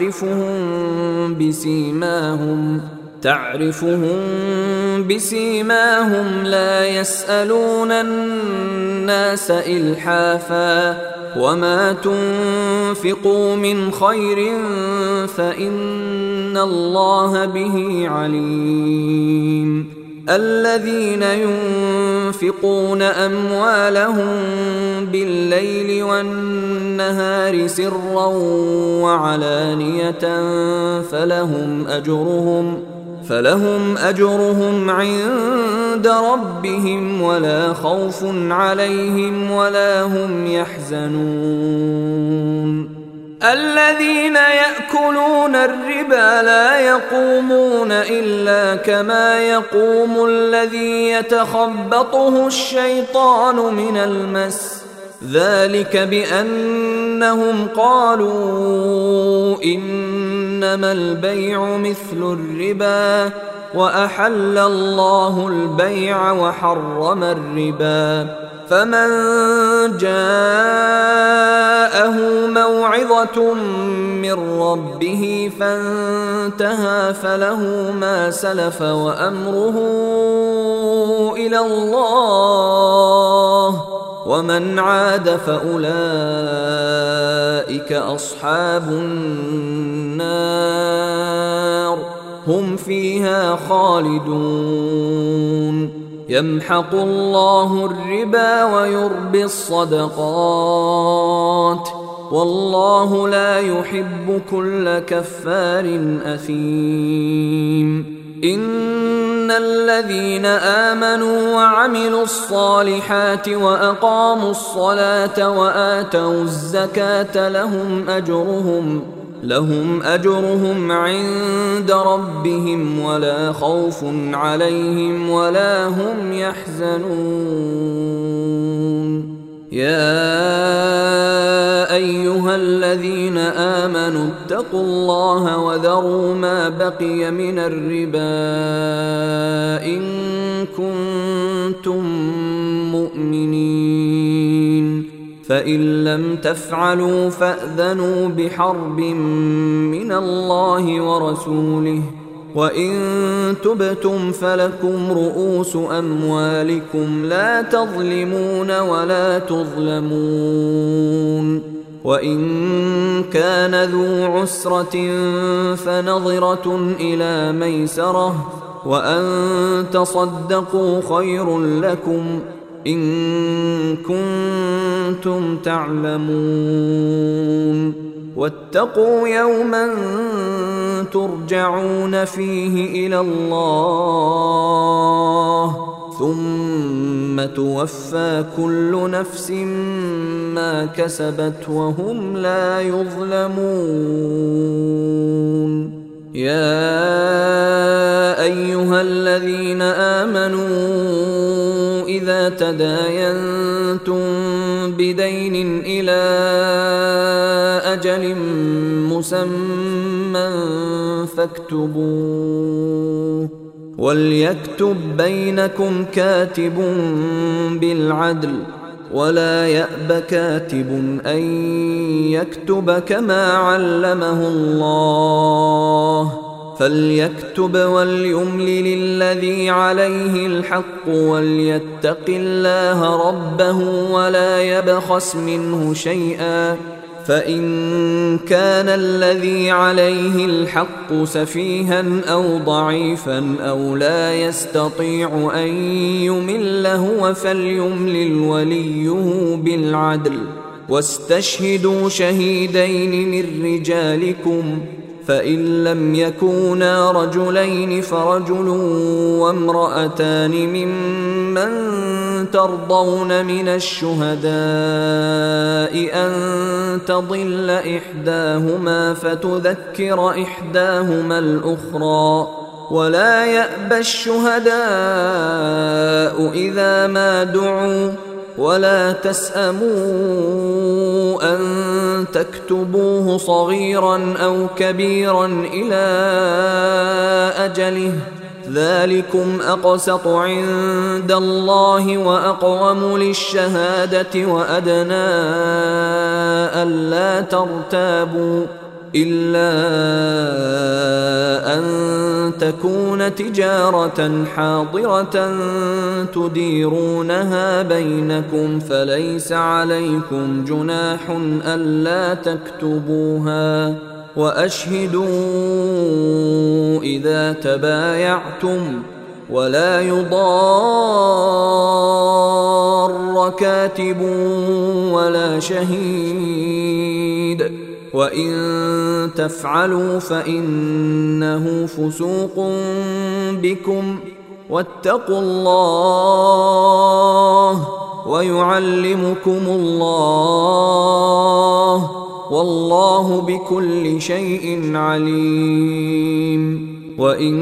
تعرفهم بسيماهم لا يسألون الناس إلحافا وما تنفقوا من خير فإن الله به عليم الذين ينفقون أموالهم بالليل والنهار سرا وعلانية فلهم أجرهم عند ربهم ولا خوف عليهم ولا هم يحزنون الذين يأكلون الربا لا يقومون إلا كما يقوم الذي يتخبطه الشيطان من المس ذلك بأنهم قالوا إنما البيع مثل الربا وأحل الله البيع وحرم الربا. فمن جاءه موعظة من ربه فانتهى فله ما سلف وأمره إلى الله، ومن عاد فأولئك أصحاب النار هم فيها خالدون. يمحق الله الربا ويربي الصدقات، والله لا يحب كل كفار أثيم. إن الذين آمنوا وعملوا الصالحات وأقاموا الصلاة وآتوا الزكاة لهم أجرهم عند ربهم ولا خوف عليهم ولا هم يحزنون. يا أيها الذين آمنوا اتقوا الله وذروا ما بقي من الربا إن كنتم مؤمنين، فإن لم تفعلوا فأذنوا بحرب من الله ورسوله، وإن تبتم فلكم رؤوس أموالكم لا تظلمون ولا تظلمون. وإن كان ذو عسرة فنظرة إلى ميسرة، وأن تصدقوا خير لكم إن كنتم تعلمون. واتقوا يوما ترجعون فيه إلى الله ثم توفى كل نفس ما كسبت وهم لا يظلمون. يا أيها الذين آمنوا إذا تداينتم بدين إلى أجل مسمى فاكتبوه، وليكتب بينكم كاتب بالعدل، ولا يأب كاتب أن يكتب كما علمه الله، فليكتب وليملل الذي عليه الحق وليتق الله ربه ولا يبخس منه شيئا، فإن كان الذي عليه الحق سفيها أو ضعيفا أو لا يستطيع أن يمل هو فليملل وليه بالعدل، واستشهدوا شهيدين من رجالكم، فإن لم يكونا رجلين فرجل وامرأتان ممن ترضون من الشهداء أن تضل إحداهما فتذكر إحداهما الأخرى، ولا يأبى الشهداء إذا ما دعوا، ولا تسأموا أن تكتبوه صغيرا أو كبيرا إلى أجله، ذلكم أقسط عند الله وأقوم للشهادة وأدنى ألا ترتابوا، إلا أن تكون تجارة حاضرة تديرونها بينكم فليس عليكم جناح ألا تكتبوها، وأشهدوا إذا تبايعتم، ولا يضار كاتب ولا شهيد، وإن تفعلوا فإنه فسوق بكم، واتقوا الله ويعلمكم الله، والله بكل شيء عليم. وإن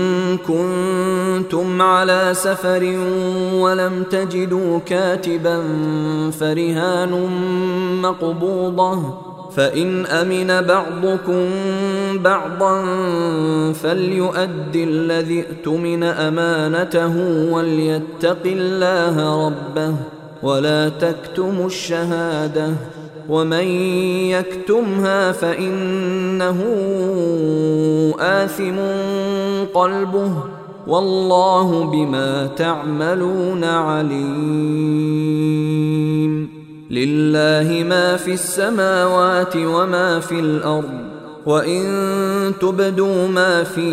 كنتم على سفر ولم تجدوا كاتبا فرهان مقبوضة، فإن أمن بعضكم بعضا فليؤد الذي اؤتمن أمانته وليتق الله ربه ولا تكتموا الشهادة ومن يكتمها فإنه آثم قلبه والله بما تعملون عليم. لله ما في السماوات وما في الأرض وإن تبدوا ما في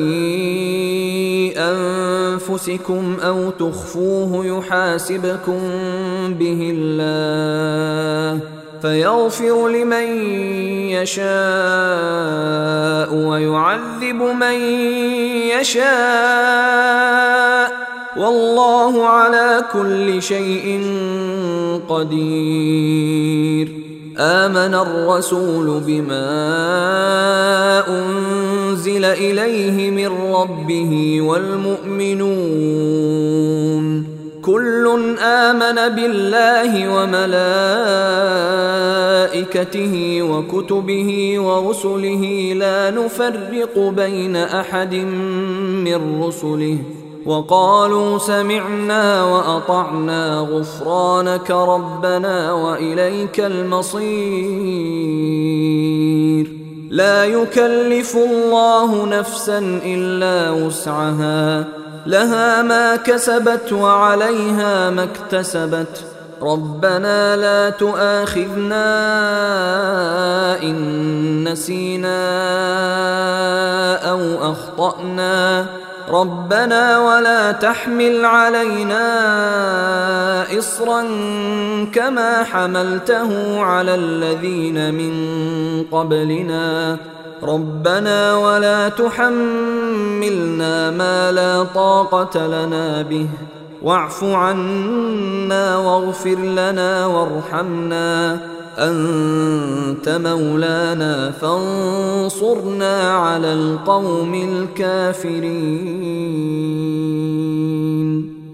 أنفسكم أو تخفوه يحاسبكم به الله فيغفر لمن يشاء ويعذب من يشاء والله على كل شيء قدير. آمن الرسول بما أنزل إليه من ربه والمؤمنون كل آمن بالله وملائكته وكتبه ورسله لا نفرق بين أحد من رسله وقالوا سمعنا وأطعنا غفرانك ربنا وإليك المصير. لا يكلف الله نفسا إلا وسعها لها ما كسبت وعليها ما اكتسبت ربنا لا تؤاخذنا إن نسينا أو أخطأنا ربنا ولا تحمل علينا إصرا كما حملته على الذين من قبلنا ربنا ولا تحملنا ما لا طاقة لنا به واعف عنا واغفر لنا وارحمنا أنت مولانا فانصرنا على القوم الكافرين.